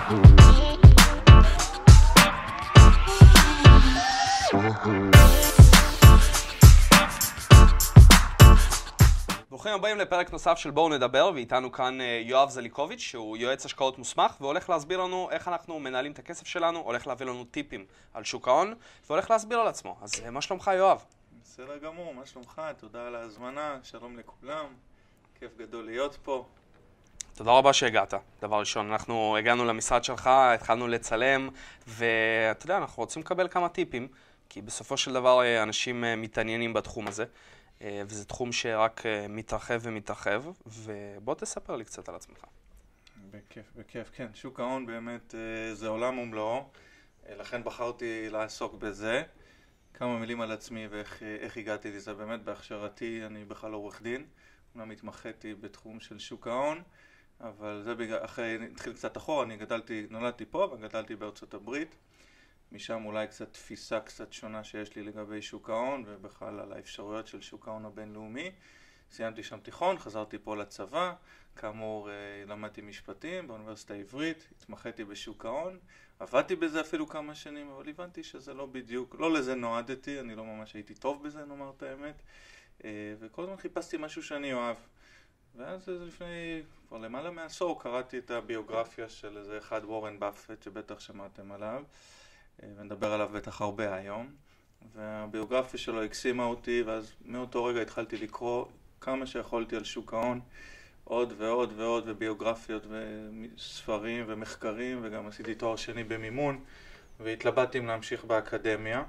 ברוכים הבאים לפרק נוסף של בואו נדבר, ואיתנו כאן יואב זליקוביץ' שהוא יועץ השקעות מוסמך והולך להסביר לנו איך אנחנו מנהלים את הכסף שלנו, הולך להביא לנו טיפים על שוק ההון והולך להסביר על עצמו. אז מה שלומך יואב? בסדר גמור, מה שלומך? תודה על ההזמנה, שלום לכולם, כיף גדול להיות פה. תודה רבה שהגעת. דבר ראשון, אנחנו הגענו למשרד שלך, התחלנו לצלם, ואתה יודע, אנחנו רוצים לקבל כמה טיפים, כי בסופו של דבר אנשים מתעניינים בתחום הזה, וזה תחום שרק מתרחב ומתרחב, ובוא תספר לי קצת על עצמך. בכיף, כן. שוק ההון באמת זה עולם ומלואו, לכן בחרתי לעסוק בזה. כמה מילים על עצמי ואיך הגעתי לזה. באמת בהכשרתי, אני בכלל עורך דין, אומנם התמחיתי בתחום של שוק ההון, אבל זה אחרי, התחיל קצת אחורה, נולדתי פה וגדלתי בארצות הברית. משם אולי קצת תפיסה קצת שונה שיש לי לגבי שוק ההון ובכלל על האפשרויות של שוק ההון הבינלאומי. סיימתי שם תיכון, חזרתי פה לצבא, כאמור למדתי משפטים באוניברסיטה העברית, התמחיתי בשוק ההון, עבדתי בזה אפילו כמה שנים, אבל הבנתי שזה לא בדיוק, לא לזה נועדתי, אני לא ממש הייתי טוב בזה, נאמר את האמת, וכל הזמן חיפשתי משהו שאני אוהב. ואז לפני כבר למעלה מעשור קראתי את הביוגרפיה של איזה אחד וורן באפט שבטח שמעתם עליו, ונדבר עליו בטח הרבה היום, והביוגרפיה שלו הקסימה אותי, ואז מאותו רגע התחלתי לקרוא כמה שיכולתי על שוק ההון, עוד ועוד ועוד, וביוגרפיות וספרים ומחקרים, וגם עשיתי תואר שני במימון, והתלבטתי אם להמשיך באקדמיה.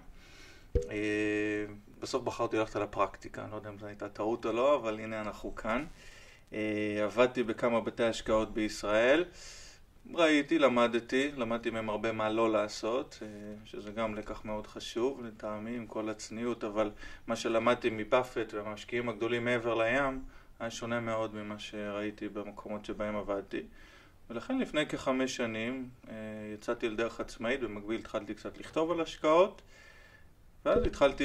בסוף בחרתי ללכת על הפרקטיקה, אני לא יודע אם זו הייתה טעות או לא, אבל הנה אנחנו כאן. עבדתי בכמה בתי השקעות בישראל, למדתי מהם הרבה מה לא לעשות, שזה גם לקח מאוד חשוב לטעמי עם כל הצניעות, אבל מה שלמדתי מבאפט והמשקיעים הגדולים מעבר לים היה שונה מאוד ממה שראיתי במקומות שבהם עבדתי. ולכן לפני כ5 שנים יצאתי לדרך עצמאית, במקביל התחלתי קצת לכתוב על השקעות, ואז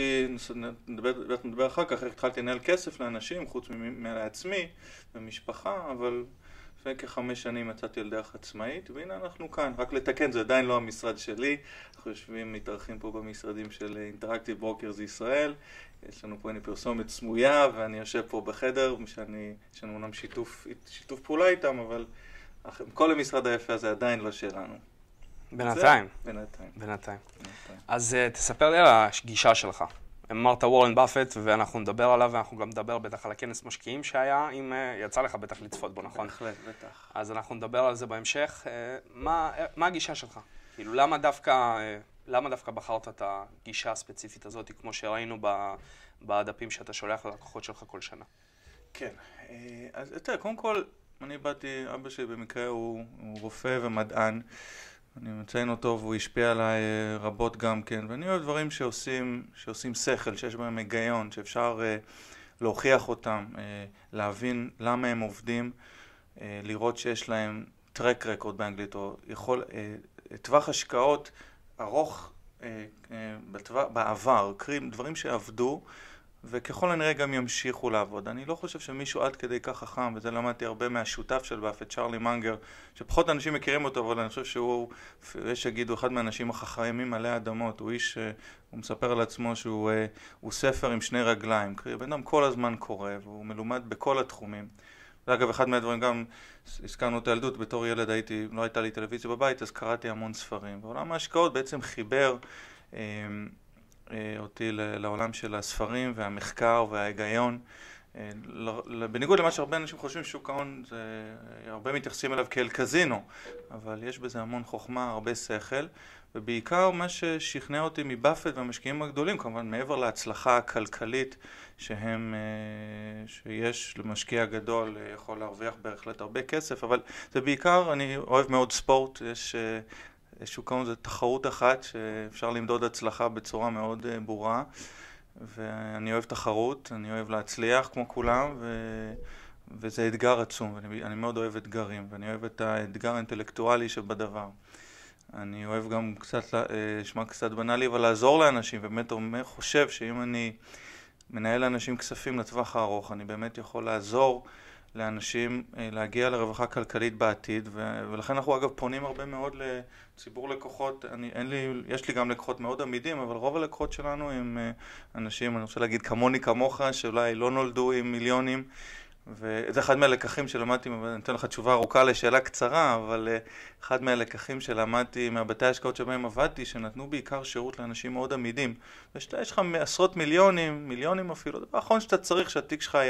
נדבר אחר כך איך התחלתי לנהל כסף לאנשים חוץ מעצמי ומשפחה, אבל לפני כ5 שנים יצאתי על דרך עצמאית, והנה אנחנו כאן. רק לתקן, זה עדיין לא המשרד שלי. אנחנו מתארחים פה במשרדים של אינטראקטיב ברוקרס ישראל. יש לנו פה פרסומת סמויה, ואני יושב פה בחדר, יש לנו אומנם שיתוף פעולה איתם, אבל כל המשרד היפה הזה עדיין לא שלנו. בינתיים. אז תספר לי על הגישה שלך. אמרת וורן באפט, ואנחנו נדבר עליו, ואנחנו גם נדבר בטח על הכנס משקיעים שהיה, אם יצא לך בטח לצפות בו, נכון? בהחלט, בטח. אז אנחנו נדבר על זה בהמשך. מה הגישה שלך? כאילו, למה דווקא בחרת את הגישה הספציפית הזאת, כמו שראינו בדפים שאתה שולח ללקוחות שלך כל שנה? כן. אז תראה, קודם כל, אבא שלי במקרה הוא רופא ומדען, אני מציין אותו והוא השפיע עליי רבות גם כן, ואני אוהב דברים שעושים שכל, שיש בהם היגיון, שאפשר להוכיח אותם, להבין למה הם עובדים, לראות שיש להם טרק רקורד באנגלית, או טווח השקעות ארוך בעבר, דברים שעבדו, וככל הנראה גם ימשיכו לעבוד. אני לא חושב שמישהו עד כדי כך חכם, וזה למדתי הרבה מהשותף של באפט, צ'רלי מנגר, שפחות אנשים מכירים אותו, אבל אני חושב שהוא, יש שיגידו, אחד מהאנשים החכמים עלי האדמות. הוא מספר על עצמו שהוא ספר עם 2 רגליים. בן אדם כל הזמן קורא, והוא מלומד בכל התחומים. ואגב, אחד מהדברים גם, הזכרנו את הילדות, בתור ילד לא הייתה לי טלוויזיה בבית, אז קראתי המון ספרים. ועולם ההשקעות בעצם חיבר אותי לעולם של הספרים והמחקר וההיגיון. בניגוד למה שהרבה אנשים חושבים, שוק ההון, הרבה מתייחסים אליו כאל קזינו, אבל יש בזה המון חוכמה, הרבה שכל, ובעיקר מה ששכנע אותי מבאפט והמשקיעים הגדולים, כמובן מעבר להצלחה הכלכלית שיש למשקיע גדול, יכול להרוויח בהחלט הרבה כסף, אבל זה בעיקר, אני אוהב מאוד ספורט, שוק ההון זה תחרות אחת שאפשר למדוד הצלחה בצורה מאוד ברורה, ואני אוהב תחרות, אני אוהב להצליח כמו כולם, וזה אתגר עצום, ואני מאוד אוהב אתגרים, ואני אוהב את האתגר האינטלקטואלי שבדבר. אני אוהב גם שמע קצת בנאלי, אבל לעזור לאנשים, ובאמת חושב שאם אני מנהל לאנשים כספים לטווח הארוך, אני באמת יכול לעזור לאנשים להגיע לרווחה כלכלית בעתיד, ולכן אנחנו אגב פונים הרבה מאוד לציבור לקוחות. יש לי גם לקוחות מאוד עמידים, אבל רוב הלקוחות שלנו הם אנשים, אני רוצה להגיד כמוני כמוך, שאולי לא נולדו עם מיליונים, וזה אחד מהלקחים שלמדתי, אני אתן לך תשובה ארוכה לשאלה קצרה, אבל אחד מהלקחים שלמדתי מהבתי ההשקעות שבהם עבדתי, שנתנו בעיקר שירות לאנשים מאוד עמידים. יש לך עשרות מיליונים אפילו, הדבר האחרון שאתה צריך שהתיק שלך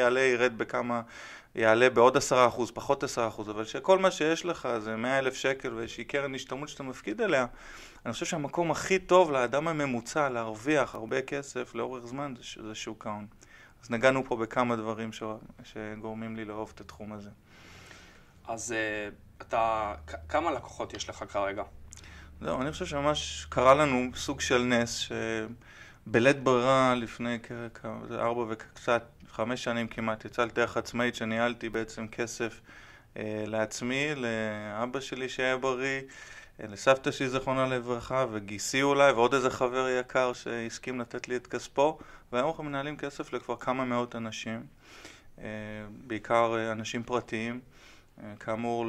יעלה בעוד 10%, פחות 10%, אבל שכל מה שיש לך זה 100,000 שקל ואיזושהי קרן השתלמות שאתה מפקיד אליה, אני חושב שהמקום הכי טוב לאדם הממוצע להרוויח הרבה כסף לאורך זמן זה שוק ההון. אז נגענו פה בכמה דברים שגורמים לי לאהוב את התחום הזה. אז כמה לקוחות יש לך כרגע? זהו, אני חושב שממש קרה לנו סוג של נס, שבלית ברירה לפני 4 וקצת, 5 שנים כמעט, יצאתי דרך עצמאית שניהלתי בעצם כסף לעצמי, לאבא שלי שהיה בריא, לסבתא שלי זכרונה לברכה, וגיסי אולי, ועוד איזה חבר יקר שהסכים לתת לי את כספו, והיום אנחנו מנהלים כסף לכבר כמה מאות אנשים, בעיקר אנשים פרטיים, כאמור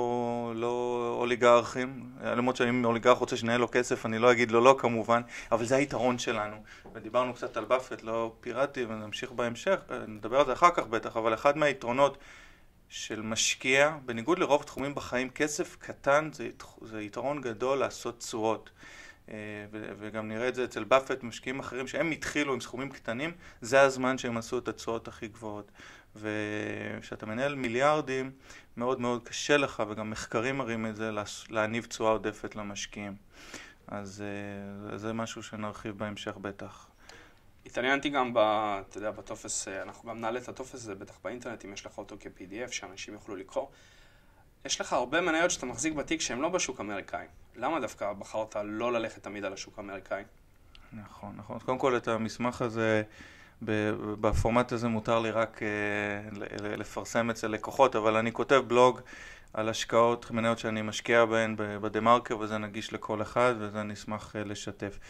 לא אוליגרכים, למרות שאם אוליגרח רוצה שנהל לו כסף, אני לא אגיד לו לא כמובן, אבל זה היתרון שלנו. ודיברנו קצת על באפט, לא פיראטי, ונמשיך בהמשך, נדבר על זה אחר כך בטח, אבל אחד מהיתרונות של משקיע, בניגוד לרוב תחומים בחיים, כסף קטן זה יתרון גדול לעשות תשואות. וגם נראה את זה אצל באפט, משקיעים אחרים שהם התחילו עם סכומים קטנים, זה הזמן שהם עשו את התשואות הכי גבוהות. וכשאתה מנהל מיליארדים, מאוד מאוד קשה לך, וגם מחקרים מראים את זה, להניב תשואה עודפת למשקיעים. אז זה משהו שנרחיב בהמשך בטח. התעניינתי גם בטופס, אנחנו גם נעלה את הטופס הזה בטח באינטרנט, אם יש לך אותו כ-PDF, שאנשים יוכלו לקרוא. יש לך הרבה מניות שאתה מחזיק בתיק שהם לא בשוק האמריקאי. למה דווקא בחרת לא ללכת תמיד על השוק האמריקאי? נכון. קודם כל את המסמך הזה, בפורמט הזה מותר לי רק לפרסם אצל לקוחות, אבל אני כותב בלוג על השקעות, מניות שאני משקיע בהן בדה-מרקר, וזה נגיש לכל אחד, וזה אני אשמח לשתף.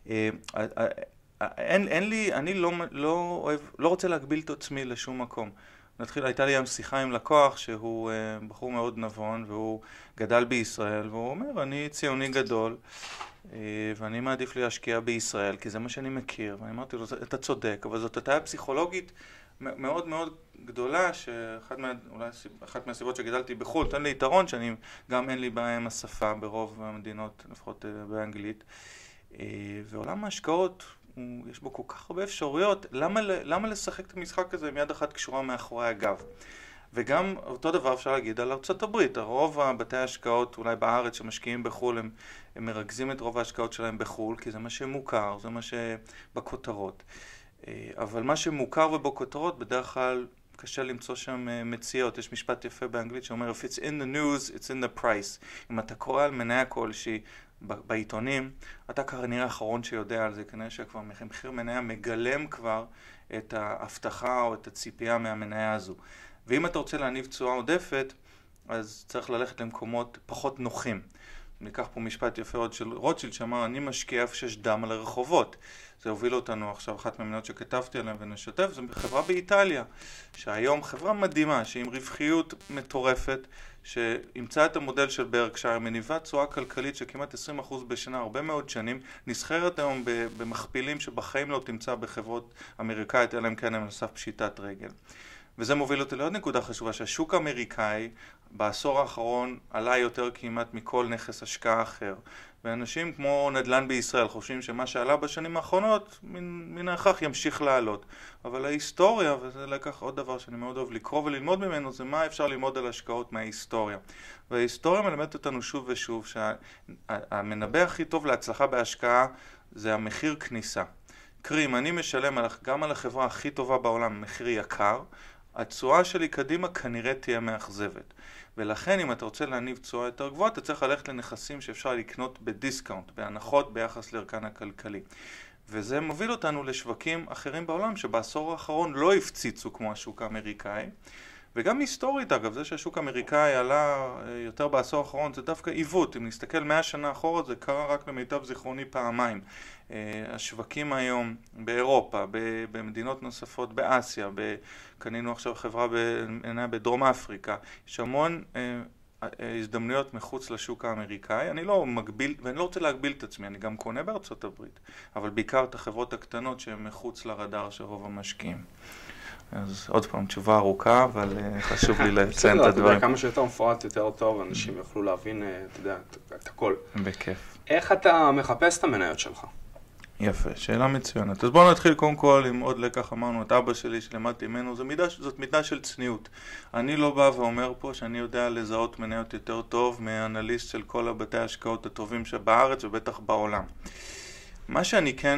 אני לא רוצה להגביל את עצמי לשום מקום. הייתה לי היום שיחה עם לקוח שהוא בחור מאוד נבון, והוא גדל בישראל, והוא אומר, אני ציוני גדול, ואני מעדיף להשקיע בישראל, כי זה מה שאני מכיר. ואני אמרתי לו, אתה צודק, אבל זאת הטעיה פסיכולוגית מאוד מאוד גדולה, שאחת מהסיבות שגדלתי בחו"ל, תן לי יתרון, שאני גם אין לי בעיה עם השפה ברוב המדינות, לפחות באנגלית. ועולם ההשקעות, יש בו כל כך הרבה אפשרויות, למה לשחק את המשחק הזה עם יד אחת קשורה מאחורי הגב? וגם אותו דבר אפשר להגיד על ארצות הברית, הרוב הבתי ההשקעות אולי בארץ שמשקיעים בחו"ל, הם מרכזים את רוב ההשקעות שלהם בחו"ל, כי זה מה שמוכר, זה מה שבכותרות. אבל מה שמוכר ובכותרות בדרך כלל קשה למצוא שם מציאות. יש משפט יפה באנגלית שאומר, if it's in the news, it's in the price. אם אתה קורא על מניה כלשהי בעיתונים, אתה כנראה האחרון שיודע על זה, כנראה שכבר מחיר מניה מגלם כבר את ההבטחה או את הציפייה מהמניה הזו. ואם אתה רוצה להניב תשואה עודפת, אז צריך ללכת למקומות פחות נוחים. ניקח פה משפט יפה עוד של רוטשילד שאמר, אני משקיע איפה שיש דם על הרחובות. זה הוביל אותנו עכשיו, אחת מהמניות שכתבתי עליהן ונשתף, זו חברה באיטליה, שהיום חברה מדהימה, שהיא עם רווחיות מטורפת, שאימצה את המודל של ברקשייר, מניבה תשואה כלכלית של כמעט 20% בשנה, הרבה מאוד שנים, נסחרת היום במכפילים שבחיים לא תמצא בחברות אמריקאית, אלא אם כן הם על סף פשיטת רגל. וזה מוביל אותי לעוד נקודה חשובה, שהשוק האמריקאי בעשור האחרון עלה יותר כמעט מכל נכס השקעה אחר. ואנשים כמו נדל"ן בישראל חושבים שמה שעלה בשנים האחרונות מן ההכרח ימשיך לעלות. אבל ההיסטוריה, וזה לקח עוד דבר שאני מאוד אוהב לקרוא וללמוד ממנו, זה מה אפשר ללמוד על השקעות מההיסטוריה. וההיסטוריה מלמדת אותנו שוב ושוב שהמנבא הכי טוב להצלחה בהשקעה זה המחיר כניסה. קרי, אם אני משלם גם על החברה הכי טובה בעולם מחיר יקר, התשואה שלי קדימה כנראה תהיה מאכזבת. ולכן אם אתה רוצה להניב תשואה יותר גבוהה, אתה צריך ללכת לנכסים שאפשר לקנות בדיסקאונט, בהנחות ביחס לערכן הכלכלי. וזה מוביל אותנו לשווקים אחרים בעולם שבעשור האחרון לא הפציצו כמו השוק האמריקאי, וגם היסטורית אגב, זה שהשוק האמריקאי עלה יותר בעשור האחרון זה דווקא עיוות, אם נסתכל 100 שנה אחורה זה קרה רק למיטב זיכרוני פעמיים. השווקים היום באירופה, במדינות נוספות באסיה, קנינו עכשיו חברה בדרום אפריקה, יש המון הזדמנויות מחוץ לשוק האמריקאי. אני לא מגביל, ואני לא רוצה להגביל את עצמי, אני גם קונה בארצות הברית, אבל בעיקר את החברות הקטנות שהן מחוץ לרדאר של רוב המשקיעים. אז עוד פעם, תשובה ארוכה, אבל חשוב לי לציין את הדברים. כמה שיותר מפורט יותר טוב, אנשים יוכלו להבין, אתה יודע, את הכל. בכיף. איך אתה מחפש את המניות שלך? יפה, שאלה מצוינת. אז בואו נתחיל קודם כל עם עוד לקח, אמרנו את אבא שלי שלמדתי ממנו, זאת מידה של צניעות. אני לא בא ואומר פה שאני יודע לזהות מניות יותר טוב מאנליסט של כל הבתי ההשקעות הטובים שבארץ ובטח בעולם. מה שאני כן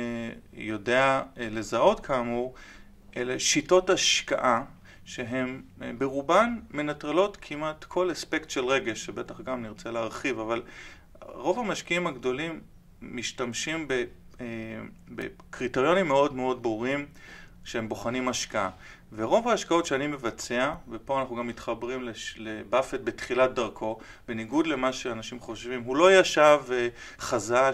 יודע לזהות כאמור, אלה שיטות השקעה שהן ברובן מנטרלות כמעט כל אספקט של רגש, שבטח גם נרצה להרחיב, אבל רוב המשקיעים הגדולים משתמשים בקריטריונים מאוד מאוד ברורים שהם בוחנים השקעה. ורוב ההשקעות שאני מבצע, ופה אנחנו גם מתחברים לבאפט בתחילת דרכו, בניגוד למה שאנשים חושבים, הוא לא ישב וחזה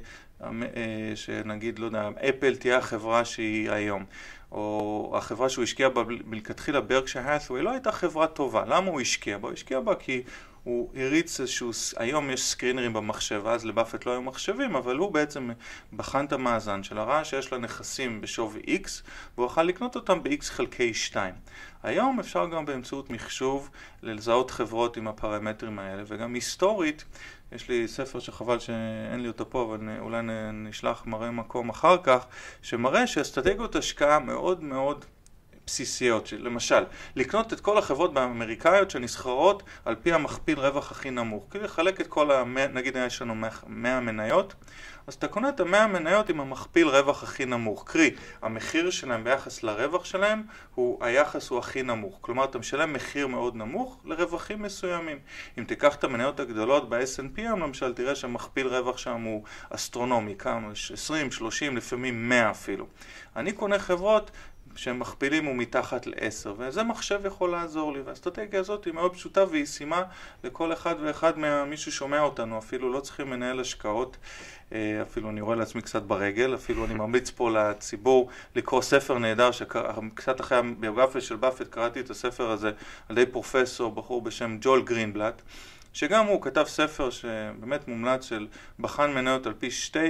שנגיד, לא יודע, אפל תהיה החברה שהיא היום. או החברה שהוא השקיע בה מלכתחילה, ברקשייר האת'ווי, לא הייתה חברה טובה. למה הוא השקיע בה? הוא השקיע בה כי הוא הריץ איזשהו, היום יש סקרינרים במחשב, אז לבאפט לא היו מחשבים, אבל הוא בעצם בחן את המאזן של הראה שיש לה נכסים בשווי X, והוא יכול לקנות אותם ב-X חלקי 2. היום אפשר גם באמצעות מחשוב לזהות חברות עם הפרמטרים האלה, וגם היסטורית, יש לי ספר שחבל שאין לי אותו פה, אבל אולי נשלח מראה מקום אחר כך, שמראה שאסטרטגיות השקעה מאוד מאוד בסיסיות, למשל, לקנות את כל החברות באמריקאיות שנסחרות על פי המכפיל רווח הכי נמוך. כאילו לחלק את כל, נגיד יש לנו 100 מניות, אז אתה קונה את 100 מניות עם המכפיל רווח הכי נמוך. קרי, המחיר שלהם ביחס לרווח שלהם, היחס הוא הכי נמוך. כלומר, אתה משלם מחיר מאוד נמוך לרווחים מסוימים. אם תיקח את המניות הגדולות ב-S&P, למשל, תראה שהמכפיל רווח שם הוא אסטרונומי, כמה? 20, 30, לפעמים 100 אפילו. אני קונה חברות שהם מכפילים ומתחת ל-10, וזה מחשב יכול לעזור לי, והאסטרטגיה הזאת היא מאוד פשוטה והיא שימה לכל אחד ואחד מי ששומע אותנו, אפילו לא צריכים מנהל השקעות, אפילו אני רואה לעצמי קצת ברגל, אפילו אני ממליץ פה לציבור לקרוא ספר נהדר, שקצת אחרי הביוגרפיה של באפט קראתי את הספר הזה על ידי פרופסור, בחור בשם ג'ול גרינבלט, שגם הוא כתב ספר שבאמת מומלץ של בחן מניות על פי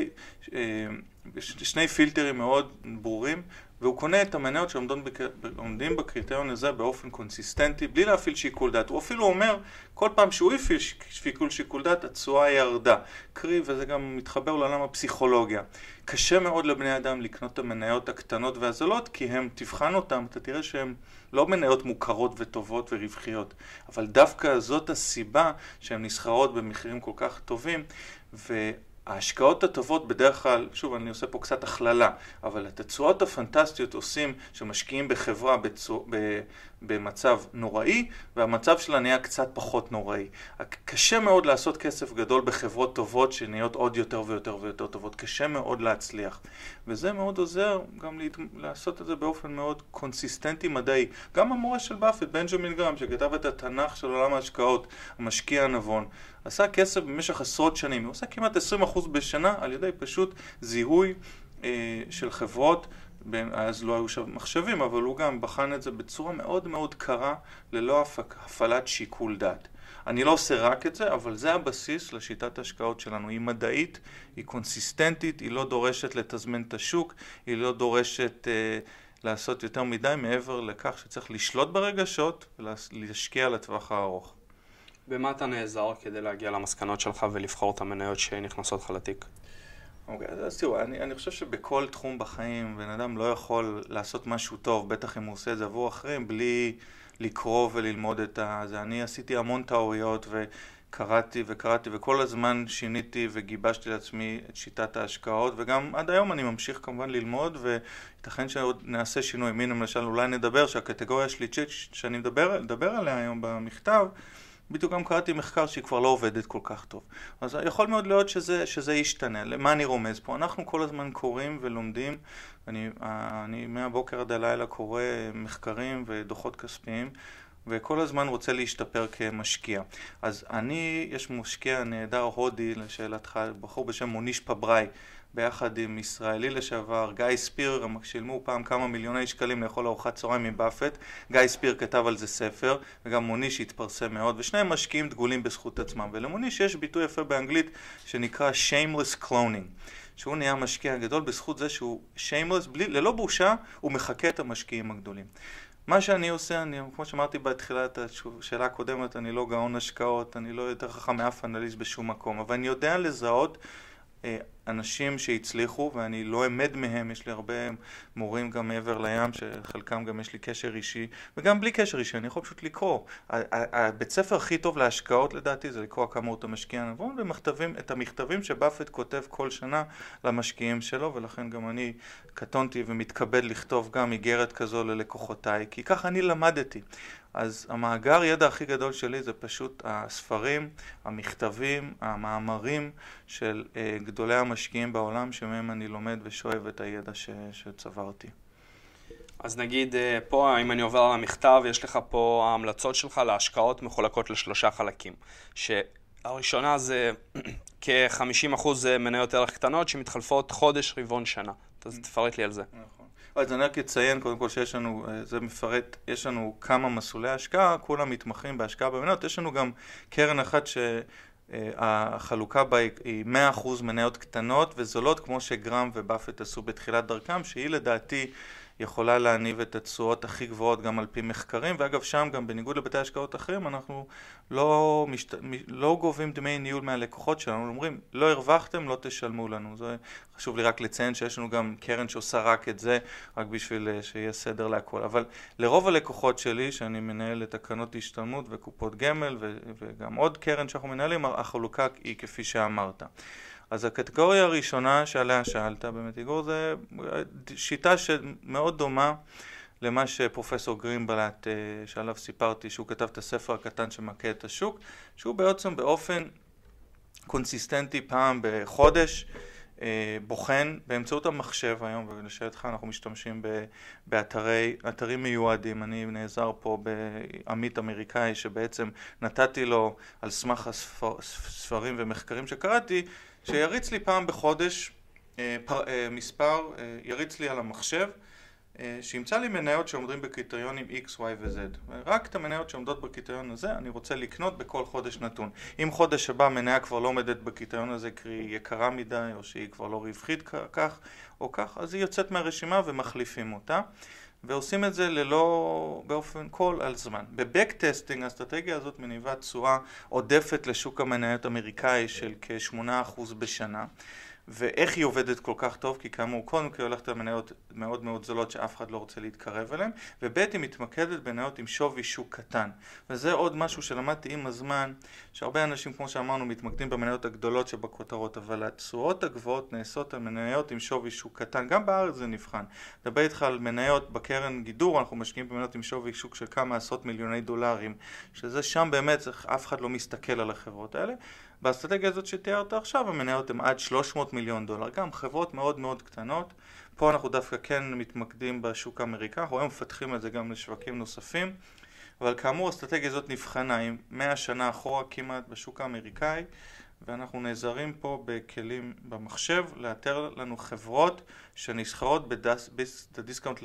שני פילטרים מאוד ברורים, והוא קונה את המניות שעומדים בקריטריון הזה באופן קונסיסטנטי, בלי להפעיל שיקול דעת. הוא אפילו אומר, כל פעם שהוא הפעיל שיקול דעת, התשואה ירדה. קרי, וזה גם מתחבר לעולם הפסיכולוגיה. קשה מאוד לבני אדם לקנות את המניות הקטנות והזולות, כי הם תבחן אותם, אתה תראה שהן לא מניות מוכרות וטובות ורווחיות. אבל דווקא זאת הסיבה שהן נסחרות במחירים כל כך טובים, ההשקעות הטובות בדרך כלל, שוב אני עושה פה קצת הכללה, אבל את התשואות הפנטסטיות עושים שמשקיעים בחברה במצב נוראי, והמצב שלה נהיה קצת פחות נוראי. קשה מאוד לעשות כסף גדול בחברות טובות שנהיות עוד יותר ויותר ויותר טובות. קשה מאוד להצליח. וזה מאוד עוזר גם לעשות את זה באופן מאוד קונסיסטנטי מדעי. גם המורה של באפט, בנג'מין גרם, שכתב את התנ"ך של עולם ההשקעות, המשקיע הנבון, עשה כסף במשך עשרות שנים. הוא עושה כמעט 20% בשנה על ידי פשוט זיהוי של חברות. אז לא היו שם מחשבים, אבל הוא גם בחן את זה בצורה מאוד מאוד קרה, ללא הפעלת שיקול דעת. אני לא עושה רק את זה, אבל זה הבסיס לשיטת ההשקעות שלנו. היא מדעית, היא קונסיסטנטית, היא לא דורשת לתזמן את השוק, היא לא דורשת לעשות יותר מדי מעבר לכך שצריך לשלוט ברגשות ולהשקיע לטווח הארוך. במה אתה נעזר כדי להגיע למסקנות שלך ולבחור את המניות שנכנסות לך לתיק? אוקיי, אז תראו, אני חושב שבכל תחום בחיים בן אדם לא יכול לעשות משהו טוב, בטח אם הוא עושה את זה עבור אחרים, בלי לקרוא וללמוד את זה. אני עשיתי המון טעויות וקראתי וכל הזמן שיניתי וגיבשתי לעצמי את שיטת ההשקעות, וגם עד היום אני ממשיך כמובן ללמוד, וייתכן שעוד נעשה שינוי. למשל, אולי נדבר שהקטגוריה השלישית שאני מדבר עליה היום במכתב, בדיוק גם קראתי מחקר שהיא כבר לא עובדת כל כך טוב. אז יכול מאוד להיות שזה ישתנה. למה אני רומז פה? אנחנו כל הזמן קוראים ולומדים. אני מהבוקר עד הלילה קורא מחקרים ודוחות כספיים, וכל הזמן רוצה להשתפר כמשקיע. אז יש משקיע נהדר הודי, לשאלתך, בחור בשם מוניש פבראי, ביחד עם ישראלי לשעבר, גיא ספיר, הם שילמו פעם כמה מיליוני שקלים לאכול ארוחת צהריים עם באפט. גיא ספיר כתב על זה ספר, וגם מוניש התפרסם מאוד, ושניהם משקיעים דגולים בזכות עצמם. ולמוניש יש ביטוי יפה באנגלית שנקרא shameless cloning, שהוא נהיה משקיע גדול בזכות זה שהוא shameless, ללא בושה, הוא מחכה את המשקיעים הגדולים. מה שאני עושה, כמו שאמרתי בתחילת השאלה הקודמת, אני לא גאון השקעות, אני לא יותר חכם מאף אנליסט בשום מקום, אבל אני יודע לזהות אנשים שהצליחו, ואני לא עמד מהם, יש לי הרבה מורים גם מעבר לים, שחלקם גם יש לי קשר אישי, וגם בלי קשר אישי, אני יכול פשוט לקרוא. הבית ספר הכי טוב להשקעות לדעתי זה לקרוא כמות המשקיע הנבון, ומכתבים את המכתבים שבאפט כותב כל שנה למשקיעים שלו, ולכן גם אני קטונתי ומתכבד לכתוב גם איגרת כזו ללקוחותיי, כי ככה אני למדתי. אז המאגר ידע הכי גדול שלי זה פשוט הספרים, המכתבים, המאמרים של גדולי המשקיעים בעולם, שמהם אני לומד ושואב את הידע שצברתי. אז נגיד פה, אם אני עובר על המכתב, יש לך פה ההמלצות שלך להשקעות מחולקות לשלושה חלקים. שהראשונה זה כ-50% מניות ערך קטנות שמתחלפות חודש, רבעון, שנה. אז תפרט לי על זה. נכון. אז אני רק אציין קודם כל שיש לנו, זה מפרט, יש לנו כמה מסלולי השקעה, כולם מתמחים בהשקעה במניות, יש לנו גם קרן אחת שהחלוקה בה היא 100% מניות קטנות וזולות, כמו שגרם ובאפט עשו בתחילת דרכם, שהיא לדעתי יכולה להניב את התשואות הכי גבוהות גם על פי מחקרים, ואגב שם גם בניגוד לבתי השקעות אחרים אנחנו לא גובים דמי ניהול מהלקוחות שלנו, אומרים לא הרווחתם לא תשלמו לנו. זה חשוב לי רק לציין שיש לנו גם קרן שעושה רק את זה, רק בשביל שיהיה סדר להכל. אבל לרוב הלקוחות שלי שאני מנהל את תקנות השתלמות וקופות גמל וגם עוד קרן שאנחנו מנהלים, החלוקה היא כפי שאמרת. אז הקטגוריה הראשונה שעליה שאלת, באמת איגור, זה שיטה שמאוד דומה למה שפרופסור גרינבלט, שעליו סיפרתי, שהוא כתב את הספר הקטן שמכה את השוק, שהוא בעצם באופן קונסיסטנטי פעם בחודש, בוחן באמצעות המחשב היום, ולשאלתך אנחנו משתמשים באתרים מיועדים. אני נעזר פה בעמית אמריקאי שבעצם נתתי לו על סמך הספרים ומחקרים שקראתי, שיריץ לי פעם בחודש מספר, יריץ לי על המחשב, שימצא לי מניות שעומדים בקריטריונים X, Y ו-Z. רק את המניות שעומדות בקריטריון הזה אני רוצה לקנות בכל חודש נתון. אם חודש הבא מניה כבר לא עומדת בקריטריון הזה, קרי יקרה מדי או שהיא כבר לא רווחית כך או כך, אז היא יוצאת מהרשימה ומחליפים אותה. ועושים את זה באופן כל על זמן. בבק-טסטינג האסטרטגיה הזאת מניבה תשואה עודפת לשוק המניות האמריקאי של כ-8% בשנה. ואיך היא עובדת כל כך טוב? כי כאמור, קודם כל הולכת על מניות מאוד מאוד זולות שאף אחד לא רוצה להתקרב אליהן, וב' היא מתמקדת במניות עם שווי שוק קטן. וזה עוד משהו שלמדתי עם הזמן, שהרבה אנשים, כמו שאמרנו, מתמקדים במניות הגדולות שבכותרות, אבל התשואות הגבוהות נעשות על מניות עם שווי שוק קטן. גם בארץ זה נבחן. דבר איתך על מניות בקרן גידור, אנחנו משקיעים במניות עם שווי שוק של כמה עשרות מיליוני דולרים, שזה שם באמת אף אחד לא מסתכל על החברות האלה. באסטרטגיה הזאת שתיארת עכשיו, המניות הן עד 300 מיליון דולר, גם חברות מאוד מאוד קטנות. פה אנחנו דווקא כן מתמקדים בשוק האמריקאי, אנחנו היום מפתחים את זה גם לשווקים נוספים, אבל כאמור האסטרטגיה הזאת נבחנה עם 100 שנה אחורה כמעט בשוק האמריקאי, ואנחנו נעזרים פה בכלים במחשב לאתר לנו חברות שנסחרות בדיסקאונט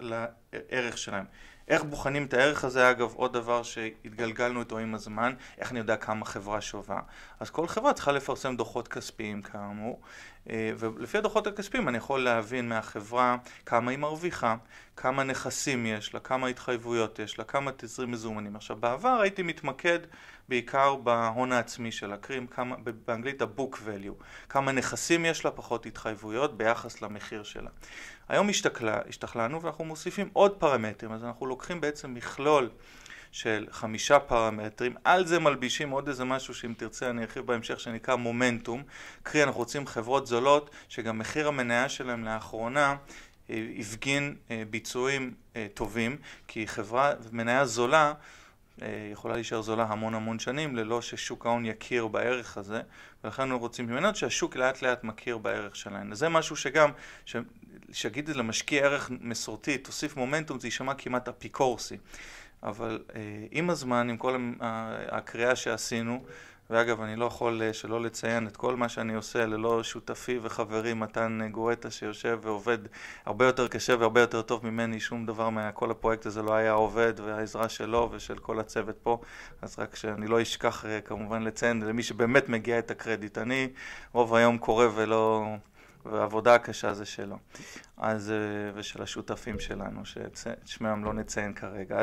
לערך שלהם. איך בוחנים את הערך הזה? אגב, עוד דבר שהתגלגלנו איתו עם הזמן, איך אני יודע כמה חברה שווה. אז כל חברה צריכה לפרסם דוחות כספיים כאמור, ולפי הדוחות הכספיים אני יכול להבין מהחברה כמה היא מרוויחה, כמה נכסים יש לה, כמה התחייבויות יש לה, כמה תזרים מזומנים. עכשיו, בעבר הייתי מתמקד בעיקר בהון העצמי שלה, קרים באנגלית ה-book value, כמה נכסים יש לה, פחות התחייבויות ביחס למחיר שלה. היום השתכלנו ואנחנו מוסיפים עוד פרמטרים, אז אנחנו לוקחים בעצם מכלול של 5 פרמטרים, על זה מלבישים עוד איזה משהו שאם תרצה אני ארחיב בהמשך שנקרא מומנטום, קרי אנחנו רוצים חברות זולות שגם מחיר המניה שלהם לאחרונה הפגין ביצועים טובים, כי חברה מניה זולה יכולה להישאר זולה המון שנים ללא ששוק ההון יכיר בערך הזה, ולכן אנחנו רוצים במנות שהשוק לאט לאט מכיר בערך שלהן. זה משהו שגם, שגיד למשקיע ערך מסורתי, תוסיף מומנטום, זה יישמע כמעט אפיקורסי. אבל עם הזמן, עם כל הקריאה שעשינו, ואגב, אני לא יכול שלא לציין את כל מה שאני עושה ללא שותפי וחברי מתן גואטה שיושב ועובד הרבה יותר קשה והרבה יותר טוב ממני, שום דבר מכל הפרויקט הזה לא היה עובד, והעזרה שלו ושל כל הצוות פה, אז רק שאני לא אשכח כמובן לציין למי שבאמת מגיע את הקרדיט. אני רוב היום קורא והעבודה הקשה זה שלו, אז, ושל השותפים שלנו, ששמם לא נציין כרגע.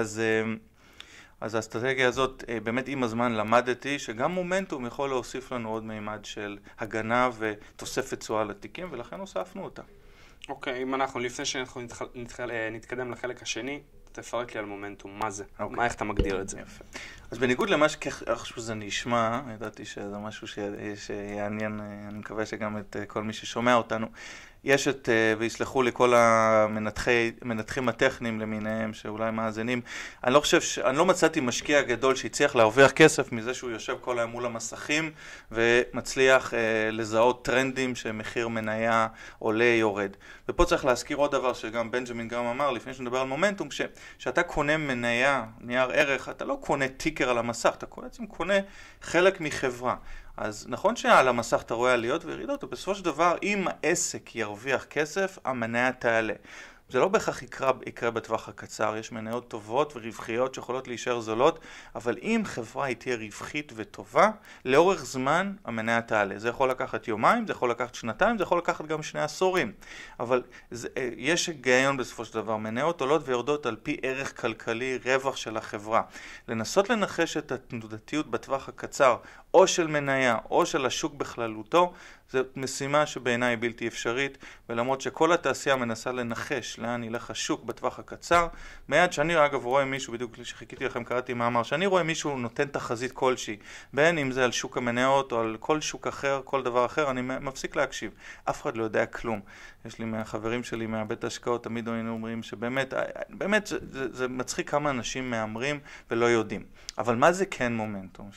אז האסטרטגיה הזאת, באמת עם הזמן למדתי שגם מומנטום יכול להוסיף לנו עוד מימד של הגנה ותוספת תשואה לתיקים, ולכן הוספנו אותה. אוקיי, אם אנחנו, לפני שאנחנו נתקדם לחלק השני, תפרט לי על מומנטום, מה זה? מה, איך אתה מגדיר את זה? יפה. אז בניגוד למה שזה נשמע, ידעתי שזה משהו שיעניין, אני מקווה שגם את כל מי ששומע אותנו, יש ויסלחו לי כל המנתחים הטכניים למיניהם שאולי מאזינים, אני לא מצאתי משקיע גדול שהצליח להרוויח כסף מזה שהוא יושב כל היום מול המסכים ומצליח לזהות טרנדים שמחיר מניה עולה יורד. ופה צריך להזכיר עוד דבר שגם בנג'מין גם אמר לפני שנדבר על מומנטום, שאתה קונה מניה, נייר ערך, אתה לא קונה טיקר על המסך, אתה בעצם קונה חלק מחברה. אז נכון שעל המסך אתה רואה עליות וירידות, ובסופו של דבר, אם העסק ירוויח כסף, המניה תעלה. זה לא בהכרח יקרה בטווח הקצר, יש מניות טובות ורווחיות שיכולות להישאר זולות, אבל אם חברה היא תהיה רווחית וטובה, לאורך זמן המניה תעלה. זה יכול לקחת יומיים, זה יכול לקחת שנתיים, זה יכול לקחת גם 2 עשורים. אבל יש היגיון בסופו של דבר, מניות עולות ויורדות על פי ערך כלכלי, רווח של החברה. לנסות לנחש את התנודתיות בטווח הקצר, או של מניה או של השוק בכללותו, זו משימה שבעיניי היא בלתי אפשרית, ולמרות שכל התעשייה מנסה לנחש לאן ילך השוק בטווח הקצר, מיד שאני אגב רואה מישהו, בדיוק שחיכיתי לכם קראתי מאמר, שאני רואה מישהו נותן תחזית כלשהי, בין אם זה על שוק המניות או על כל שוק אחר, כל דבר אחר, אני מפסיק להקשיב. אף אחד לא יודע כלום. יש לי מהחברים שלי מהבית ההשקעות, תמיד היינו אומרים שבאמת, באמת זה מצחיק כמה אנשים מאמרים ולא יודעים. אבל מה זה כן מומנטום?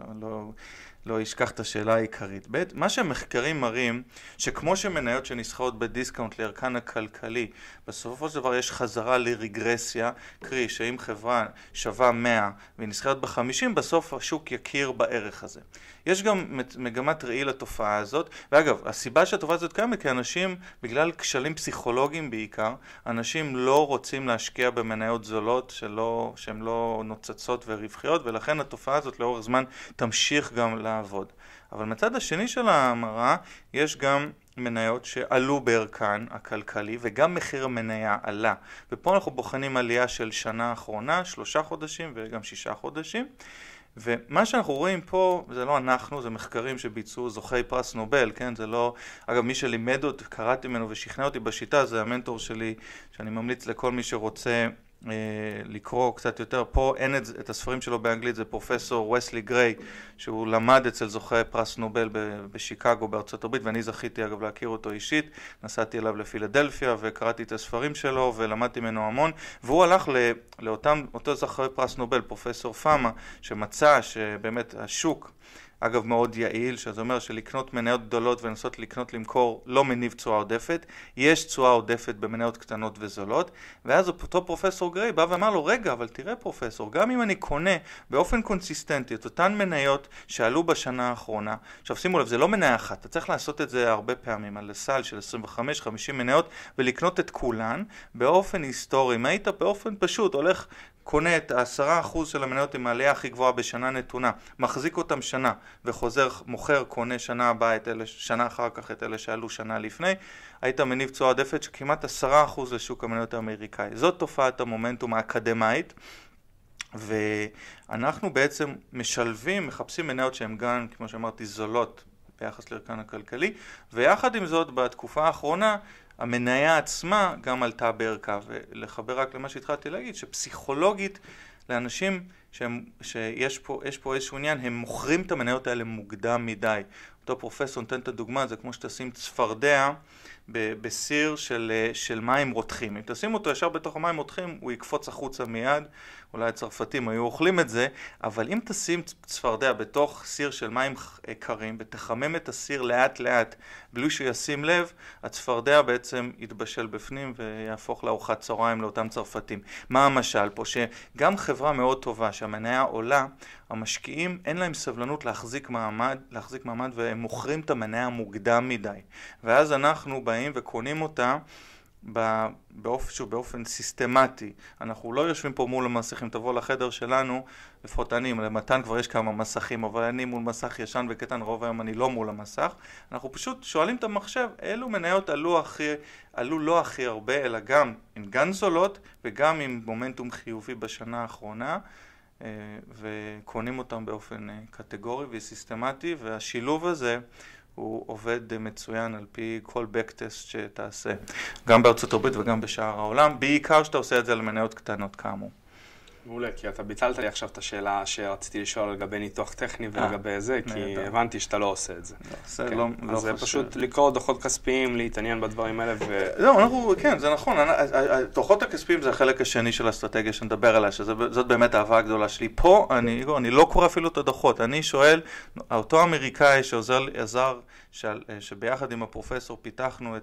לא ישכח את השאלה העיקרית. מה שהמחקרים מראים, שכמו שמניות שנסחרות בדיסקאונט לערכן הכלכלי, בסופו של דבר יש חזרה לרגרסיה, קרי שאם חברה שווה 100 והיא נסחרת ב-50, בסוף השוק יכיר בערך הזה. יש גם מגמת ראי לתופעה הזאת, ואגב, הסיבה שהתופעה הזאת קיימת, כי אנשים, בגלל כשלים פסיכולוגיים בעיקר, אנשים לא רוצים להשקיע במניות זולות שהן לא נוצצות ורווחיות, ולכן התופעה הזאת לאורך זמן תמשיך גם לעבוד. אבל מצד השני של המראה, יש גם מניות שעלו בערכן הכלכלי, וגם מחיר המניה עלה. ופה אנחנו בוחנים עלייה של שנה האחרונה, 3 חודשים וגם 6 חודשים. ומה שאנחנו רואים פה, זה לא אנחנו, זה מחקרים שביצעו זוכי פרס נובל, כן? זה לא, אגב, מי שלימד אותי, קראתי ממנו ושכנע אותי בשיטה, זה המנטור שלי, שאני ממליץ לכל מי שרוצה לקרוא קצת יותר. פה אין את הספרים שלו באנגלית, זה פרופסור וסלי גריי, שהוא למד אצל זוכי פרס נובל בשיקגו בארצות הברית, ואני זכיתי אגב להכיר אותו אישית, נסעתי אליו לפילדלפיה וקראתי את הספרים שלו ולמדתי ממנו המון, והוא הלך לאותו זוכי פרס נובל, פרופסור פאמה, שמצא שבאמת השוק, אגב מאוד יעיל, שזה אומר שלקנות מניות גדולות ולנסות לקנות למכור לא מניב תשואה עודפת, יש תשואה עודפת במניות קטנות וזולות, ואז אותו פרופסור גריי בא ואמר לו, רגע, אבל תראה פרופסור, גם אם אני קונה באופן קונסיסטנטי את אותן מניות שעלו בשנה האחרונה, עכשיו שימו לב, זה לא מניה אחת, אתה צריך לעשות את זה הרבה פעמים, על סל של 25-50 מניות, ולקנות את כולן באופן היסטורי, אם היית באופן פשוט, הולך קונה את 10% של המניות עם העלייה הכי גבוהה בשנה נתונה, מחזיק אותם שנה וחוזר, מוכר, קונה שנה הבאה את אלה, שנה אחר כך את אלה שעלו שנה לפני, היית מניב תשואה עודפת שכמעט 10% לשוק המניות האמריקאי. זאת תופעת המומנטום האקדמאית, ואנחנו בעצם משלבים, מחפשים מניות שהן גם, כמו שאמרתי, זולות ביחס לערכן הכלכלי, ויחד עם זאת בתקופה האחרונה, המניה עצמה גם עלתה בערכה, ולחבר רק למה שהתחלתי להגיד, שפסיכולוגית לאנשים שיש פה איזשהו עניין, הם מוכרים את המניות האלה מוקדם מדי. אותו פרופסור נותן את הדוגמה, זה כמו שתשים צפרדע בסיר של מים רותחים. אם תשים אותו ישר בתוך המים רותחים, הוא יקפוץ החוצה מיד, אולי הצרפתים היו אוכלים את זה, אבל אם תשים צפרדע בתוך סיר של מים קרים ותחמם את הסיר לאט לאט בלי שהוא ישים לב, הצפרדע בעצם יתבשל בפנים ויהפוך לארוחת צהריים לאותם צרפתים. מה המשל פה? שגם חברה מאוד טובה שהמניה עולה, המשקיעים אין להם סבלנות להחזיק מעמד והם מוכרים את המניה מוקדם מדי. ואז אנחנו באים וקונים אותה באופן סיסטמטי. אנחנו לא יושבים פה מול המסכים, תבוא לחדר שלנו, לפחות אני, למתן כבר יש כמה מסכים, אבל אני מול מסך ישן וקטן, רוב היום אני לא מול המסך. אנחנו פשוט שואלים את המחשב, אילו מניות עלו לא הכי הרבה, אלא גם עם גן זולות וגם עם מומנטום חיובי בשנה האחרונה, וקונים אותם באופן קטגורי וסיסטמטי, והשילוב הזה הוא עובד מצוין על פי כל בקטסט שתעשה, גם בארצות הברית וגם בשאר העולם, בעיקר שאתה עושה את זה על מניות קטנות כאמור. מעולה, כי אתה ביטלת לי עכשיו את השאלה שרציתי לשאול לגבי ניתוח טכני ולגבי זה, כי הבנתי שאתה לא עושה את זה. אז זה פשוט לקרוא דוחות כספיים, להתעניין בדברים האלה לא, כן, זה נכון. דוחות הכספיים זה החלק השני של האסטרטגיה שנדבר עליה, שזאת באמת האהבה הגדולה שלי. פה אני לא קורא אפילו את הדוחות, אני שואל, אותו אמריקאי שעזר, שביחד עם הפרופסור פיתחנו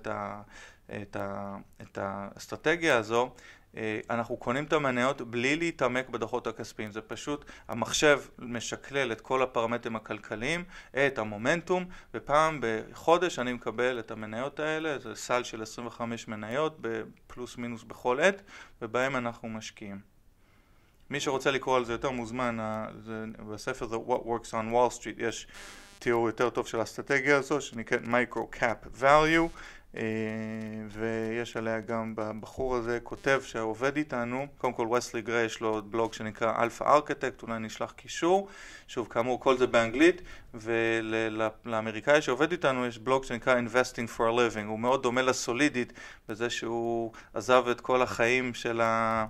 את האסטרטגיה הזו, אנחנו קונים את המניות בלי להתעמק בדוחות הכספיים. זה פשוט, המחשב משקלל את כל הפרמטרים הכלכליים, את המומנטום, ופעם בחודש אני מקבל את המניות האלה, זה סל של 25 מניות בפלוס מינוס בכל עת, ובהם אנחנו משקיעים. מי שרוצה לקרוא על זה יותר מוזמן, בספר זה What Works on Wall Street, יש תיאור יותר טוב של האסטרטגיה הזו, שנקראת Micro Cap Value, ויש עליה גם בחור הזה כותב שעובד איתנו, קודם כל וסלי גריי יש לו בלוג שנקרא Alpha Architect, אולי נשלח קישור, שוב כאמור כל זה באנגלית, ולאמריקאי שעובד איתנו יש בלוג שנקרא Investing for a Living, הוא מאוד דומה לסולידית בזה שהוא עזב את כל החיים של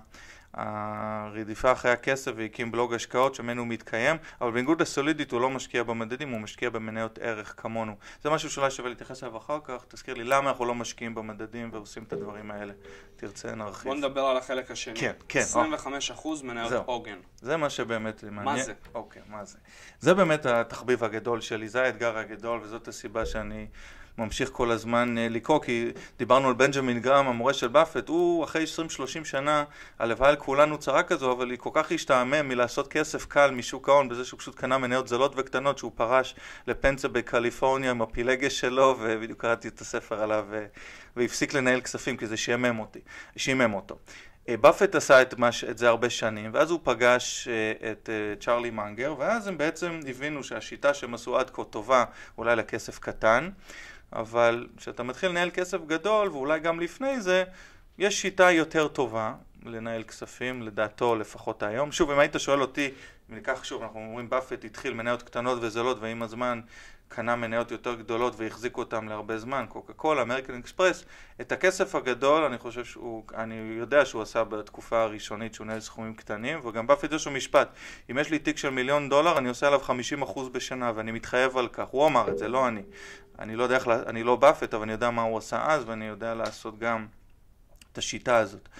הרדיפה אחרי הכסף והקים בלוג השקעות שמנו מתקיים, אבל בניגוד לסולידית הוא לא משקיע במדדים, הוא משקיע במניות ערך כמונו. זה משהו שאולי שווה להתייחס אליו אחר כך, תזכיר לי למה אנחנו לא משקיעים במדדים ועושים את הדברים האלה. תרצה נרחיב. בוא נדבר על החלק השני. כן. 25% מניות עוגן. זה מה שבאמת מעניין. מה זה? אוקיי, מה זה? זה באמת התחביב הגדול שלי, זה האתגר הגדול וזאת הסיבה שאני ממשיך כל הזמן לקרוא, כי דיברנו על בנג'מין גרם, המורה של באפט, הוא אחרי 20-30 שנה, הלוואי על כולנו צרה כזו, אבל היא כל כך השתעמם מלעשות כסף קל משוק ההון, בזה שהוא פשוט קנה מניות זלות וקטנות, שהוא פרש לפנסיה בקליפורניה עם הפילגש שלו, ובדיוק קראתי את הספר עליו, והפסיק לנהל כספים, כי זה שימם אותו. באפט עשה את זה הרבה שנים, ואז הוא פגש את צ'רלי מנגר, ואז הם בעצם הבינו שהשיטה שהם עשו עד כה טובה, אולי לכסף קטן, אבל כשאתה מתחיל לנהל כסף גדול, ואולי גם לפני זה, יש שיטה יותר טובה לנהל כספים, לדעתו לפחות היום. שוב, אם היית שואל אותי, אם ניקח שוב, אנחנו אומרים באפט התחיל מניות קטנות וזולות, ועם הזמן קנה מניות יותר גדולות והחזיקו אותם להרבה זמן, קוקה קולה, אמריקן אקספרס, את הכסף הגדול אני יודע שהוא עשה בתקופה הראשונית שהוא נהל סכומים קטנים, וגם באפט יש לו משפט, אם יש לי תיק של $1,000,000 אני עושה עליו 50% בשנה ואני מתחייב על כך, הוא אמר את זה, לא אני. אני לא באפט, אבל אני יודע מה הוא עשה אז ואני יודע לעשות גם את השיטה הזאת.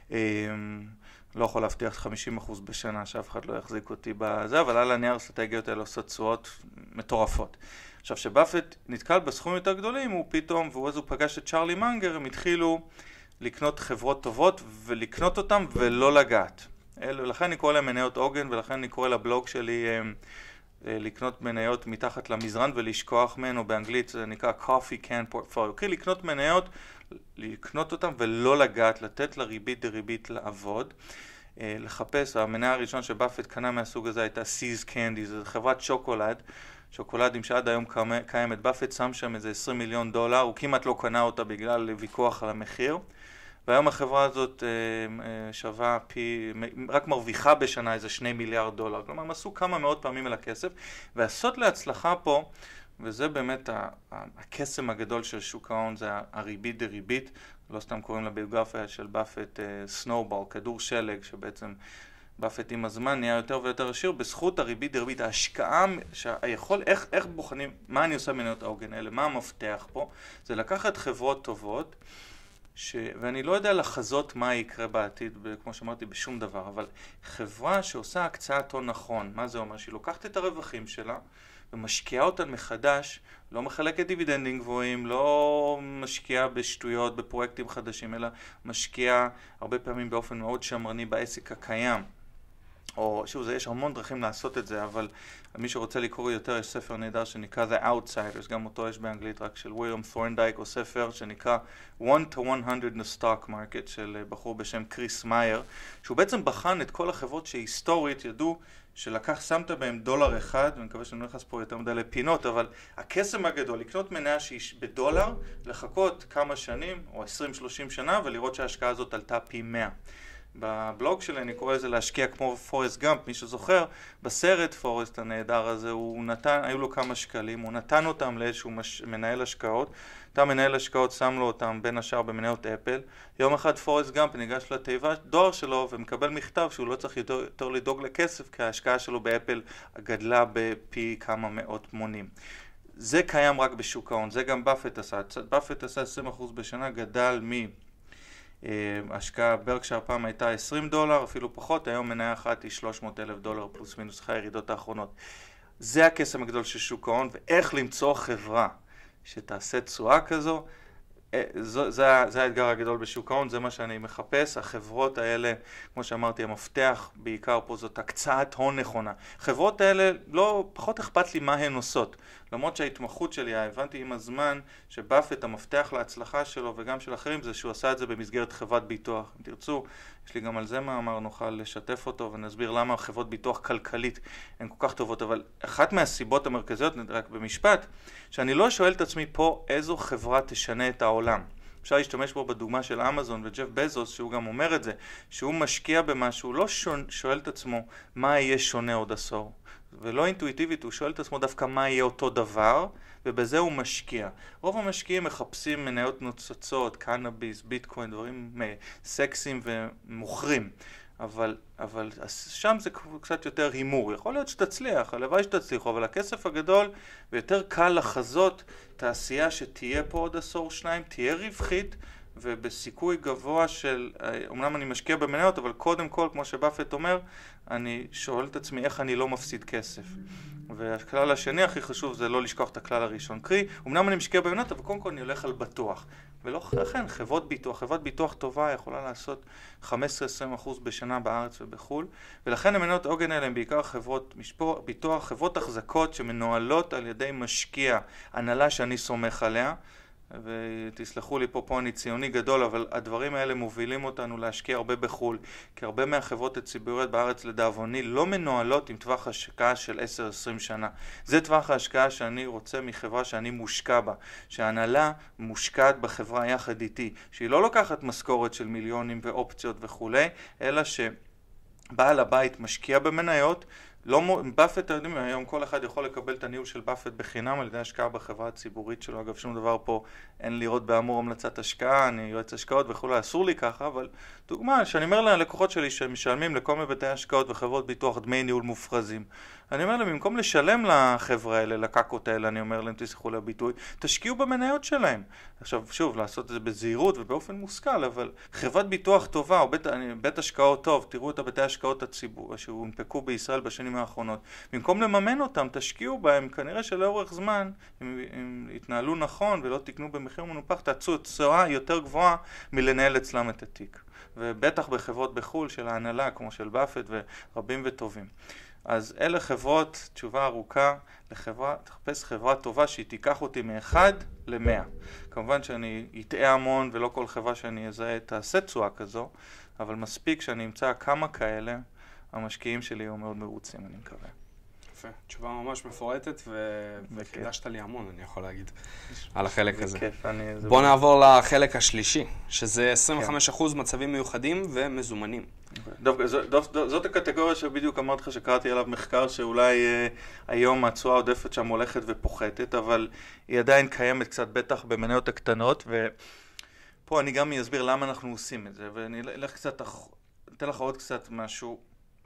לא יכול להבטיח 50% בשנה שאף אחד לא יחזיק אותי בזה, אבל על הנייר האסטרטגיות האלה עושות תשואות מטורפות. עכשיו, שבאפט נתקל בסכומים יותר גדולים, ואז הוא פגש את צ'רלי מנגר, הם התחילו לקנות חברות טובות ולקנות אותם ולא לגעת. לכן אני קורא להם מניות עוגן, ולכן אני קורא לבלוג שלי לקנות מניות מתחת למזרן ולשכוח מהן, או באנגלית זה נקרא coffee can portfolio. כי לקנות מניות, לקנות אותם ולא לגעת, לתת לריבית דריבית לעבוד, לחפש. המניה הראשון שבאפט קנה מהסוג הזה הייתה See's Candy, זו חברת שוקולדים שעד היום קיימת. באפט שם שם איזה $20 מיליון, הוא כמעט לא קנה אותה בגלל ויכוח על המחיר. והיום החברה הזאת שווה רק מרוויחה בשנה איזה $2 מיליארד. כלומר, הם עשו כמה מאות פעמים על הכסף, והסוד להצלחה פה, וזה באמת הקסם הגדול של שוק ההון, זה הריבית דריבית, לא סתם קוראים לביוגרפיה של באפט סנובול, כדור שלג, שבעצם באפט עם הזמן נהיה יותר ויותר עשיר, בזכות הריבית דריבית, ההשקעה, איך בוחנים, מה אני עושה במניות העוגן האלה, מה המפתח פה, זה לקחת חברות טובות, ואני לא יודע לחזות מה יקרה בעתיד, כמו שאמרתי, בשום דבר, אבל חברה שעושה הקצאת הון נכון, מה זה אומר? שהיא לוקחת את הרווחים שלה ומשקיעה אותן מחדש, לא מחלקת דיבידנדים גבוהים, לא משקיעה בשטויות, בפרויקטים חדשים, אלא משקיעה הרבה פעמים באופן מאוד שמרני בעסק הקיים. או שוב, יש המון דרכים לעשות את זה, אבל מי שרוצה לקרוא יותר, יש ספר נהדר שנקרא The Outsiders, גם אותו יש באנגלית, רק של וויליאם ת'ורנדייק, או ספר שנקרא 1 to 100 in the stock market של בחור בשם קריס מאייר, שהוא בעצם בחן את כל החברות שהיסטורית ידעו ששמת בהם דולר אחד, ואני מקווה שאני לא נכנס פה יותר מדי לפינות, אבל הקסם הגדול, לקנות מניה שהיא בדולר, לחכות כמה שנים, או 20-30 שנה, ולראות שההשקעה הזאת עלתה פי 100. בבלוג שלי אני קורא לזה להשקיע כמו פורסט גאמפ, מי שזוכר, בסרט פורסט הנהדר הזה, היו לו כמה שקלים, הוא נתן אותם לאיזשהו מנהל השקעות, אתה מנהל השקעות שם לו אותם בין השאר במניות אפל, יום אחד פורסט גאמפ ניגש לתיבת דואר שלו ומקבל מכתב שהוא לא צריך יותר לדאוג לכסף, כי ההשקעה שלו באפל גדלה בפי כמה מאות מונים. זה קיים רק בשוק ההון, זה גם באפט עשה, באפט עשה 20% בשנה, גדל השקעה ברקשייר פעם הייתה $20, אפילו פחות, היום מניה אחת היא $300,000 פלוס מינוס אחרי הירידות האחרונות. זה הקסם הגדול של שוק ההון, ואיך למצוא חברה שתעשה תשואה כזו, זה האתגר הגדול בשוק ההון, זה מה שאני מחפש. החברות האלה, כמו שאמרתי, המפתח בעיקר פה זאת הקצאת הון נכונה. חברות האלה, פחות אכפת לי מה הן עושות. למרות שההתמחות שלי, הבנתי עם הזמן שבאפט המפתח להצלחה שלו וגם של אחרים זה שהוא עשה את זה במסגרת חברת ביטוח. אם תרצו, יש לי גם על זה מאמר, נוכל לשתף אותו ונסביר למה חברות ביטוח כלכלית הן כל כך טובות. אבל אחת מהסיבות המרכזיות, רק במשפט, שאני לא שואל את עצמי פה איזו חברה תשנה את העולם. אפשר להשתמש בו בדוגמה של אמזון וג'ף בזוס, שהוא גם אומר את זה, שהוא משקיע במשהו, לא שואל את עצמו מה יהיה שונה עוד עשור. ולא אינטואיטיבית, הוא שואל את עצמו דווקא מה יהיה אותו דבר, ובזה הוא משקיע. רוב המשקיעים מחפשים מניות נוצצות, קנאביס, ביטקוין, דברים סקסיים ומוכרים. אבל שם זה קצת יותר הימור. יכול להיות שתצליח, הלוואי שתצליחו, אבל הכסף הגדול ויותר קל לחזות תעשייה שתהיה פה עוד עשור שניים, תהיה רווחית, ובסיכוי גבוה של, אמנם אני משקיע במניות, אבל קודם כל, כמו שבאפט אומר, אני שואל את עצמי איך אני לא מפסיד כסף. והכלל השני הכי חשוב זה לא לשכוח את הכלל הראשון. קרי, אמנם אני משקיע במניות, אבל קודם כל אני הולך על בטוח. ולא לכן, חברות ביטוח טובה יכולה לעשות 15-20% בשנה בארץ ובחול, ולכן המניות עוגן האלה הם בעיקר חברות ביטוח, חברות החזקות שמנוהלות על ידי משקיע, הנהלה שאני סומך עליה, ותסלחו לי פה אני ציוני גדול, אבל הדברים האלה מובילים אותנו להשקיע הרבה בחול, כי הרבה מהחברות הציבוריות בארץ לדאבוני לא מנוהלות עם טווח השקעה של 10-20 שנה. זה טווח ההשקעה שאני רוצה מחברה שאני מושקע בה, שההנהלה מושקעת בחברה יחד איתי, שהיא לא לוקחת משכורת של מיליונים ואופציות וכולי, אלא שבעל הבית משקיע במניות, באפט, היום כל אחד יכול לקבל את הניהול של באפט בחינם על ידי השקעה בחברה הציבורית שלו. אגב, שום דבר פה אין לראות באמור המלצת השקעה, אני יועץ השקעות וכולי, אסור לי ככה, אבל דוגמה, שאני אומר ללקוחות שלי שמשלמים לכל מיני בתי השקעות וחברות ביטוח דמי ניהול מופרזים. אני אומר להם, במקום לשלם לחברה האלה, לקקות האלה, אני אומר להם, תסלחו לביטוי, תשקיעו במניות שלהם. עכשיו, שוב, לעשות את זה בזהירות ובאופן מושכל, אבל חברת ביטוח טובה, או בית השקעות טוב, תראו את בתי השקעות הציבור, שהונפקו בישראל בשנים האחרונות. במקום לממן אותם, תשקיעו בהם, כנראה שלאורך זמן, אם יתנהלו נכון ולא תקנו במחיר מנופח, תעשו תשואה יותר גבוהה מלנהל אצלם את התיק. ובטח בחברות בחול של ההנהלה, כמו של באפט ורבים וטובים. אז אלה חברות, תשובה ארוכה, תחפש חברה טובה שהיא תיקח אותי מ-1 ל-100. כמובן שאני אטעה המון ולא כל חברה שאני אזהה תעשה תשואה כזו, אבל מספיק שאני אמצא כמה כאלה, המשקיעים שלי יהיו מאוד מרוצים, אני מקווה. יפה, תשובה ממש מפורטת וחידשת לי המון, אני יכול להגיד, על החלק הזה. בוא נעבור לחלק השלישי, שזה 25% מצבים מיוחדים ומזומנים. זאת הקטגוריה שבדיוק אמרתי לך שקראתי עליו מחקר שאולי היום התשואה העודפת שם הולכת ופוחתת, אבל היא עדיין קיימת קצת בטח במניות הקטנות, ופה אני גם אסביר למה אנחנו עושים את זה, ואני אתן לך עוד קצת משהו.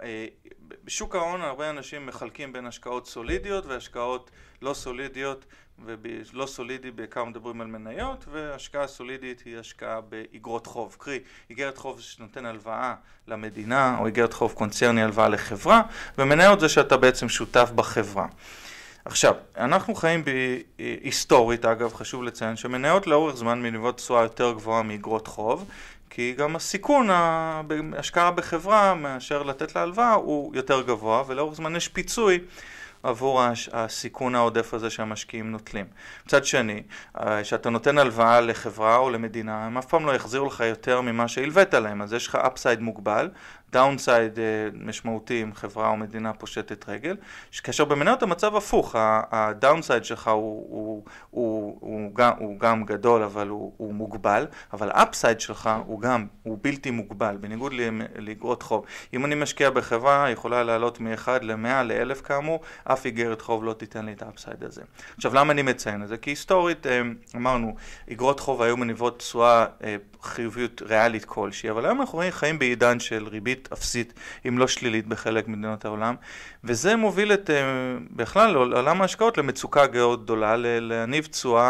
בשוק ההון הרבה אנשים מחלקים בין השקעות סולידיות והשקעות לא סולידיות ולא סולידי בעיקר מדברים על מניות, והשקעה סולידית היא השקעה באגרות חוב, קרי איגרת חוב שנותן הלוואה למדינה, או איגרת חוב קונצרני הלוואה לחברה, ומניות זה שאתה בעצם שותף בחברה. עכשיו, אנחנו חיים בהיסטורית, אגב חשוב לציין שמניות לאורך זמן מניבות תשואה יותר גבוהה מאגרות חוב, כי גם הסיכון, ההשקעה בחברה מאשר לתת לה הלוואה הוא יותר גבוה, ולאורך זמן יש פיצוי עבור הסיכון העודף הזה שהמשקיעים נוטלים. מצד שני, שאתה נותן הלוואה לחברה או למדינה, הם אף פעם לא יחזירו לך יותר ממה שהלווית להם, אז יש לך אפסייד מוגבל, דאונסייד משמעותי אם חברה או מדינה פושטת רגל, כאשר במניות המצב הפוך, הדאונסייד שלך הוא גם גדול אבל הוא מוגבל, אבל האפסייד שלך הוא בלתי מוגבל, בניגוד לאגרות חוב. אם אני משקיע בחברה, יכולה לעלות מ-1 ל-100 ל-1000 כאמור, אף איגרת חוב לא תיתן לי את האפסייד הזה. עכשיו למה אני מציין את זה? כי היסטורית אמרנו, איגרות חוב היו מניבות תשואה חיוביות ריאלית כלשהי, אבל היום אנחנו חיים בעידן של ריבית אפסית, אם לא שלילית בחלק ממדינות העולם, וזה מוביל את בכלל לעולם ההשקעות למצוקה מאוד גדולה, להניב תשואה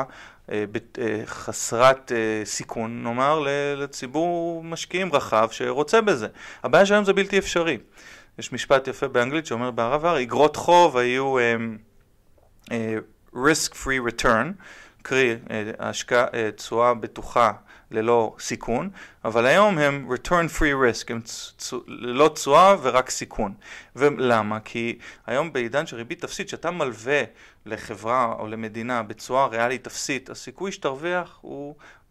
חסרת סיכון, נאמר, לציבור משקיעים רחב שרוצה בזה. הבעיה שלהם זה בלתי אפשרי. יש משפט יפה באנגלית שאומר בערבר, איגרות חוב היו risk free return, קרי תשואה בטוחה ללא סיכון, אבל היום הם return free risk, הם ללא תשואה ורק סיכון. ולמה? כי היום בעידן של ריבית אפסית, שאתה מלווה לחברה או למדינה בצורה ריאלית אפסית, הסיכוי שתרוויח הוא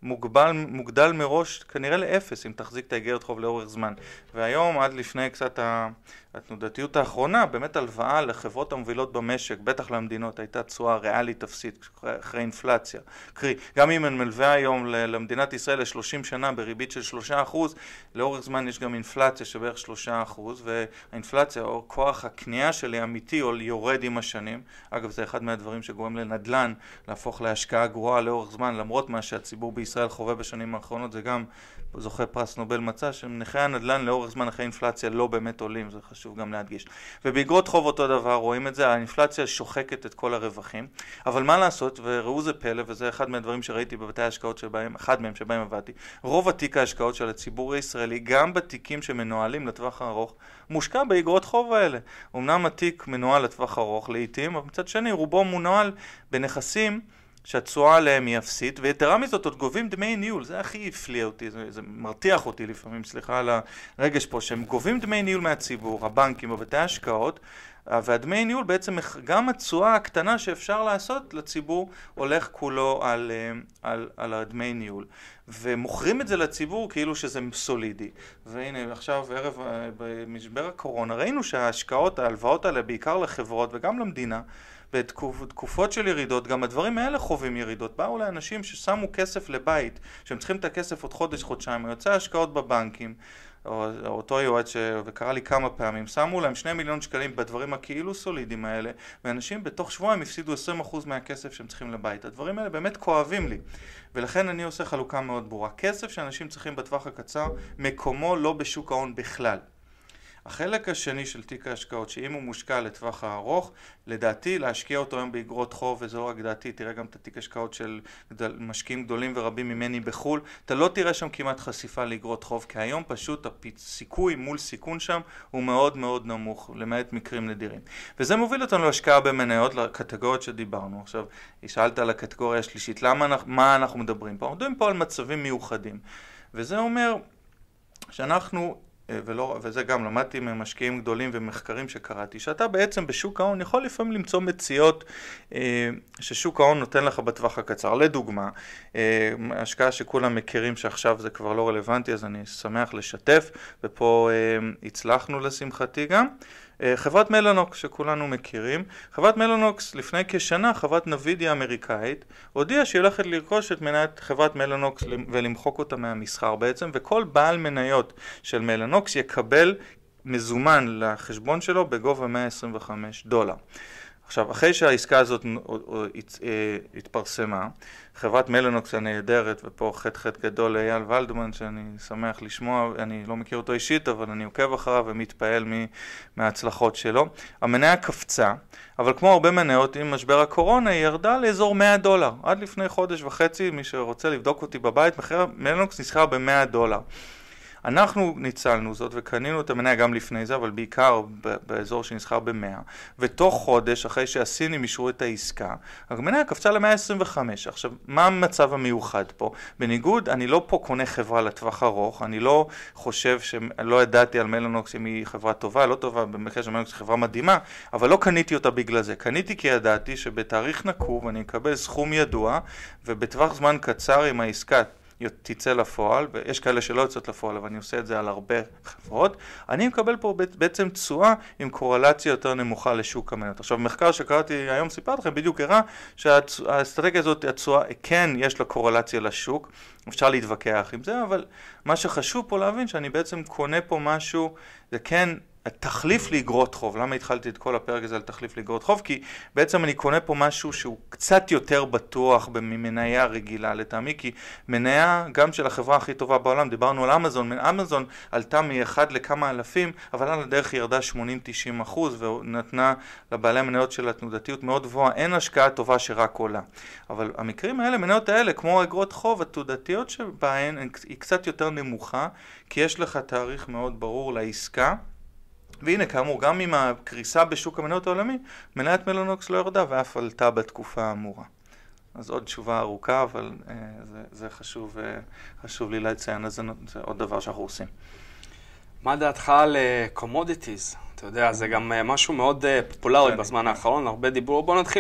מוגדל מראש כנראה לאפס אם תחזיק את האיגרת חוב לאורך זמן. והיום עד לפני קצת התנודתיות האחרונה, באמת הלוואה לחברות המובילות במשק, בטח למדינות, הייתה תשואה ריאלית אפסית אחרי אינפלציה. קרי, גם אם אני מלווה היום למדינת ישראל ל-30 שנה בריבית של 3%, לאורך זמן יש גם אינפלציה שבערך 3%, והאינפלציה או כוח הקנייה שלי אמיתי יורד עם השנים. אגב, זה אחד מהדברים שגורם לנדל"ן להפוך להשקעה גרועה לאורך זמן, למרות מה שהציבור בישראל חווה בשנים האחרונות, זה גם זוכה פרס נובל מצא שמחירי הנדל"ן לאורך זמן אחרי אינפלציה לא באמת עולים, זה חשוב גם להדגיש. ובאגרות חוב אותו דבר, רואים את זה, האינפלציה שוחקת את כל הרווחים, אבל מה לעשות, וראו זה פלא, וזה אחד מהדברים שראיתי בבתי ההשקעות שבהם, אחד מהם שבהם עבדתי, רוב התיק ההשקעות של הציבור הישראלי, גם בתיקים שמנוהלים לטווח הארוך, מושקע באגרות חוב האלה. אמנם התיק מנוהל לטווח ארוך לעתים, אבל מצד שני רובו מנוהל בנכסים שהתשואה עליהם היא אפסית, ויתרה מזאת עוד גובים דמי ניהול, זה הכי הפליע אותי, זה מרתיח אותי לפעמים, סליחה על הרגש פה, שהם גובים דמי ניהול מהציבור, הבנקים ובתי ההשקעות, והדמי ניהול בעצם גם התשואה הקטנה שאפשר לעשות לציבור הולך כולו על הדמי ניהול. ומוכרים את זה לציבור כאילו שזה סולידי. והנה עכשיו ערב במשבר הקורונה ראינו שההשקעות, ההלוואות האלה בעיקר לחברות וגם למדינה, בתקופות של ירידות, גם הדברים האלה חווים ירידות. באו לאנשים ששמו כסף לבית, שהם צריכים את הכסף עוד חודש, חודשיים, יוצא השקעות בבנקים, או אותו יועץ וקרא לי כמה פעמים, שמו להם 2 מיליון שקלים בדברים הכאילו סולידיים האלה, ואנשים בתוך שבועיים הפסידו 20% מהכסף שהם צריכים לבית. הדברים האלה באמת כואבים לי, ולכן אני עושה חלוקה מאוד ברורה. כסף שאנשים צריכים בטווח הקצר, מקומו לא בשוק ההון בכלל. החלק השני של תיק ההשקעות, שאם הוא מושקע לטווח הארוך, לדעתי להשקיע אותו היום באגרות חוב, וזו רק דעתי, תראה גם את התיק השקעות של משקיעים גדולים ורבים ממני בחול, אתה לא תראה שם כמעט חשיפה לאגרות חוב, כי היום פשוט הסיכוי מול סיכון שם הוא מאוד מאוד נמוך, למעט מקרים נדירים. וזה מוביל אותנו להשקעה במניות, לקטגוריות שדיברנו. עכשיו, שאלת על הקטגוריה השלישית, מה אנחנו מדברים פה? אנחנו מדברים פה על מצבים מיוחדים, וזה אומר שאנחנו וזה גם למדתי ממשקיעים גדולים ומחקרים שקראתי, שאתה בעצם בשוק ההון יכול לפעמים למצוא מציאות ששוק ההון נותן לך בטווח הקצר. לדוגמה, השקעה שכולם מכירים שעכשיו זה כבר לא רלוונטי, אז אני שמח לשתף, ופה הצלחנו לשמחתי גם. חברת מלאנוקס שכולנו מכירים, חברת מלאנוקס לפני כשנה, חברת נווידיה האמריקאית, הודיעה שהיא הולכת לרכוש את מניית חברת מלאנוקס ולמחוק אותה מהמסחר בעצם, וכל בעל מניות של מלאנוקס יקבל מזומן לחשבון שלו בגובה $125. עכשיו, אחרי שהעסקה הזאת התפרסמה, חברת מלנוקס הנהדרת, ופה חטא גדול לאייל ולדמן, שאני שמח לשמוע, אני לא מכיר אותו אישית, אבל אני עוקב אחריו ומתפעל מההצלחות שלו. המניה קפצה, אבל כמו הרבה מניות עם משבר הקורונה, היא ירדה לאזור $100. עד לפני חודש וחצי, מי שרוצה לבדוק אותי בבית, מחיר מלנוקס נסחר $100. אנחנו ניצלנו זאת וקנינו את המניה גם לפני זה, אבל בעיקר באזור שנסחר ב-100. ותוך חודש, אחרי שהסינים אישרו את העסקה, המניה קפצה ל-125. עכשיו, מה המצב המיוחד פה? בניגוד, אני לא פה קונה חברה לטווח ארוך, אני לא חושב לא ידעתי על מלנוקס אם היא חברה טובה, לא טובה, במקרה של מלנוקס היא חברה מדהימה, אבל לא קניתי אותה בגלל זה. קניתי כי ידעתי שבתאריך נקוב אני אקבל סכום ידוע, ובטווח זמן קצר עם העסקה תצא לפועל, ויש כאלה שלא יוצאות לפועל, אבל אני עושה את זה על הרבה חברות, אני מקבל פה בעצם תשואה עם קורלציה יותר נמוכה לשוק המניות. עכשיו, מחקר שקראתי היום, סיפרתי לכם, בדיוק הראה שהאסטרטגיה הזאת, התשואה, כן יש לה קורלציה לשוק, אפשר להתווכח עם זה, אבל מה שחשוב פה להבין, שאני בעצם קונה פה משהו, זה כן תחליף לאגרות חוב. למה התחלתי את כל הפרק הזה על תחליף לאגרות חוב? כי בעצם אני קונה פה משהו שהוא קצת יותר בטוח ממניה רגילה לטעמי, כי מניה גם של החברה הכי טובה בעולם, דיברנו על אמזון, אמזון עלתה מאחד לכמה אלפים, אבל על הדרך היא ירדה 80-90% ונתנה לבעלי המניות של התנודתיות מאוד גבוהה. אין השקעה טובה שרק עולה. אבל המקרים האלה, מניות האלה, כמו אגרות חוב, התנודתיות שבהן היא קצת יותר נמוכה, כי יש לך תאריך מאוד ברור לעסקה, והנה, כאמור, גם עם הקריסה בשוק המניות העולמי, מניית מלנוקס לא ירדה ואף עלתה בתקופה האמורה. אז עוד תשובה ארוכה, אבל זה חשוב לי לציין, אז זה עוד דבר שאנחנו עושים. מה דעתך על commodities? אתה יודע, זה גם משהו מאוד פופולרי בזמן האחרון, הרבה דיבור. בוא נתחיל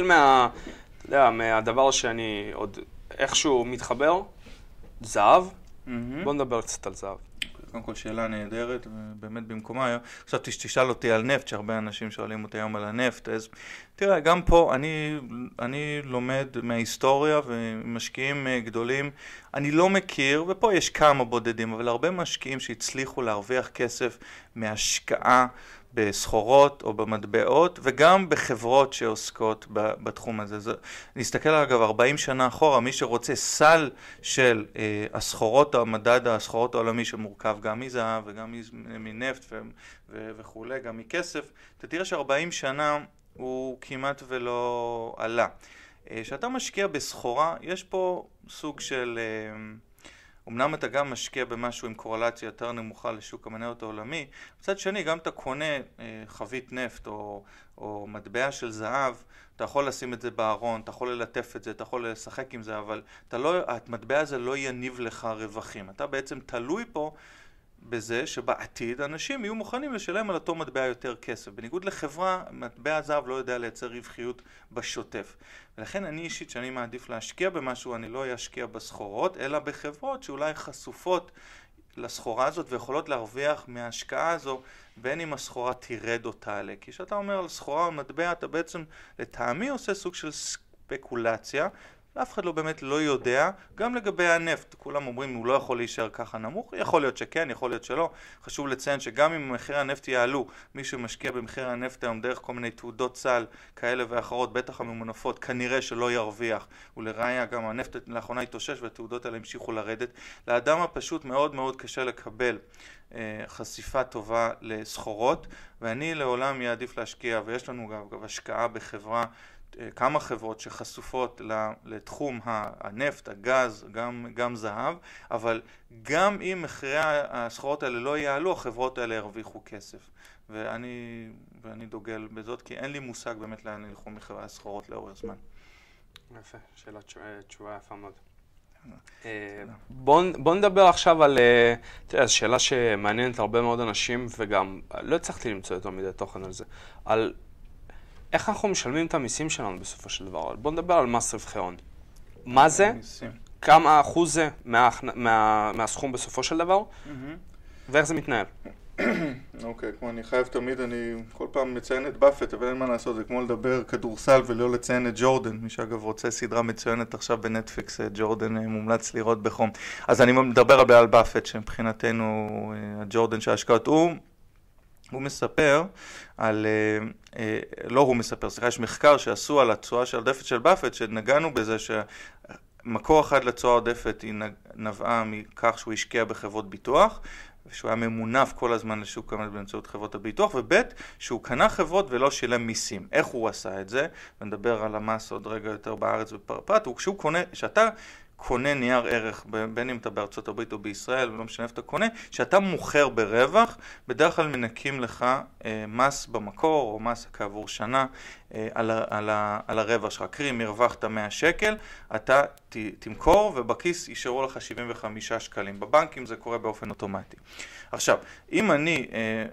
מהדבר שאני עוד איכשהו מתחבר, זהב. בוא נדבר קצת על זהב. קודם כל שאלה נהדרת, ובאמת במקומה. חשבתי שתשאל אותי על נפט, שהרבה אנשים שואלים אותי היום על הנפט. אז תראה, גם פה אני לומד מההיסטוריה ומשקיעים גדולים. אני לא מכיר, ופה יש כמה בודדים, אבל הרבה משקיעים שהצליחו להרוויח כסף מהשקעה בסחורות או במטבעות, וגם בחברות שעוסקות בתחום הזה. נסתכל אגב 40 שנה אחורה, מי שרוצה סל של הסחורות, המדד הסחורות העולמי שמורכב גם מזהב וגם מנפט וכו', גם מכסף, אתה תראה ש40 שנה הוא כמעט ולא עלה. כשאתה משקיע בסחורה, יש פה סוג של אמנם אתה גם משקיע במשהו עם קורלציה יותר נמוכה לשוק המניות העולמי, בצד שני גם אתה קונה חבית נפט או מטבע של זהב, אתה יכול לשים את זה בארון, אתה יכול ללטף את זה, אתה יכול לשחק עם זה, אבל המטבע הזה לא יניב לך רווחים. אתה בעצם תלוי פה בזה שבעתיד אנשים יהיו מוכנים לשלם על אותו מטבע יותר כסף. בניגוד לחברה, מטבע הזהב לא יודע לייצר רווחיות בשוטף. ולכן אני אישית שאני מעדיף להשקיע במשהו, אני לא אשקיע בסחורות, אלא בחברות שאולי חשופות לסחורה הזאת ויכולות להרוויח מההשקעה הזו, בין אם הסחורה תירד או תעלה. כי כשאתה אומר על סחורה או מטבע, אתה בעצם לטעמי עושה סוג של ספקולציה, אף אחד לא באמת לא יודע, גם לגבי הנפט, כולם אומרים הוא לא יכול להישאר ככה נמוך, יכול להיות שכן, יכול להיות שלא. חשוב לציין שגם אם מחיר הנפט יעלו, מי שמשקיע במחיר הנפט היום דרך כל מיני תעודות סל כאלה ואחרות, בטח הממונפות, כנראה שלא ירוויח, ולראיה גם הנפט לאחרונה התאושש והתעודות האלה המשיכו לרדת. לאדם הפשוט מאוד מאוד קשה לקבל חשיפה טובה לסחורות, ואני לעולם יעדיף להשקיע, ויש לנו גם השקעה בחברה, כמה חברות שחשופות לתחום הנפט, הגז, גם זהב, אבל גם אם מחירי הסחורות האלה לא יעלו, החברות האלה ירוויחו כסף. ואני דוגל בזאת, כי אין לי מושג באמת לאן ילכו מחירי הסחורות לאורך זמן. יפה, תשובה יפה מאוד. בוא נדבר עכשיו על שאלה שמעניינת הרבה מאוד אנשים, וגם לא הצלחתי למצוא יותר מדי תוכן על זה, על איך אנחנו משלמים את המיסים שלנו בסופו של דבר? בואו נדבר על מס רווחי הון. מה זה? כמה אחוז זה מהסכום בסופו של דבר? ואיך זה מתנהל? אוקיי, כמו אני חייב תמיד, אני כל פעם מציין את באפט, אבל אין מה לעשות, זה כמו לדבר כדורסל ולא לציין את ג'ורדן. מי שאגב רוצה סדרה מצוינת עכשיו בנטפליקס, ג'ורדן מומלץ לראות בחום. אז אני מדבר הרבה על באפט, שמבחינתנו הג'ורדן שההשקעות הוא הוא מספר על, לא הוא מספר, סליחה, יש מחקר שעשו על התשואה של עודפת של באפט, שנגענו בזה שמקור אחד לתשואה עודפת היא נבעה מכך שהוא השקיע בחברות ביטוח, שהוא היה ממונף כל הזמן לשוק באמצעות חברות הביטוח, וב' שהוא קנה חברות ולא שילם מיסים. איך הוא עשה את זה? ונדבר על המס עוד רגע יותר בארץ בפרט, הוא כשהוא קונה, שאתה קונה נייר ערך, בין אם אתה בארצות הברית או בישראל, לא משנה איפה אתה קונה, שאתה מוכר ברווח, בדרך כלל מנקים לך מס במקור או מס כעבור שנה על הרווח שלך. קרי, אם הרווחת 100 שקל, אתה תמכור ובכיס יישארו לך 75 שקלים. בבנקים זה קורה באופן אוטומטי. עכשיו, אם אני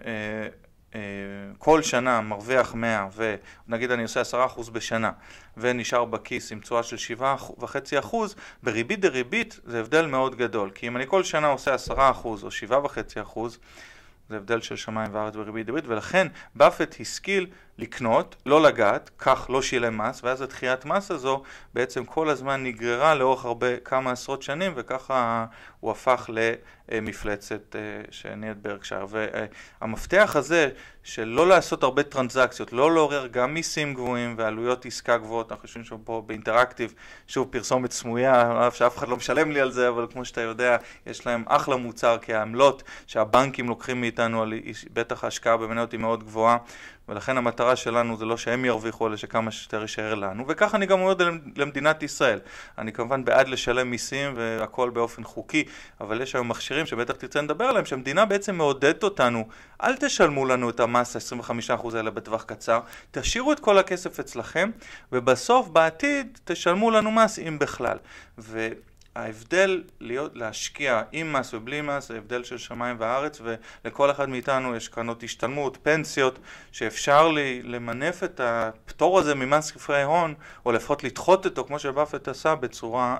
כל שנה מרוויח 100 ונגיד אני עושה 10% בשנה ונשאר בכיס עם תשואה של 7.5%, בריבית דריבית זה הבדל מאוד גדול, כי אם אני כל שנה עושה 10% או 7.5%, זה הבדל של שמיים וארץ בריבית דריבית, ולכן באפט השכיל לקנות, לא לגעת, כך לא שילם מס, ואז התחיית מס הזו בעצם כל הזמן נגררה לאורך כמה עשרות שנים, וככה הוא הפך למפלצת שנהיית ברקשייר. והמפתח הזה של לא לעשות הרבה טרנזקציות, לא לעורר גם מיסים גבוהים ועלויות עסקה גבוהות, אנחנו חושבים שפה באינטראקטיב, שוב פרסומת סמויה, שאף אחד לא משלם לי על זה, אבל כמו שאתה יודע, יש להם אחלה מוצר, כי העמלות שהבנקים לוקחים מאיתנו על בטח ההשקעה במניות היא מאוד גבוהה, ולכן המטרה שלנו זה לא שהם ירוויחו, אלא שכמה שיותר יישאר לנו, וכך אני גם אומר למדינת ישראל. אני כמובן בעד לשלם מיסים והכל באופן חוקי, אבל יש היום מכשירים שבטח תרצה לדבר עליהם, שהמדינה בעצם מעודדת אותנו, אל תשלמו לנו את המס, 25% האלה בטווח קצר, תשאירו את כל הכסף אצלכם, ובסוף בעתיד תשלמו לנו מס אם בכלל. ההבדל להשקיע עם מס ובלי מס, זה הבדל של שמיים וארץ, ולכל אחד מאיתנו יש קרנות השתלמות, פנסיות, שאפשר למנף את הפטור הזה ממס רווחי הון, או לפחות לדחות אותו, כמו שבאפט עשה, בצורה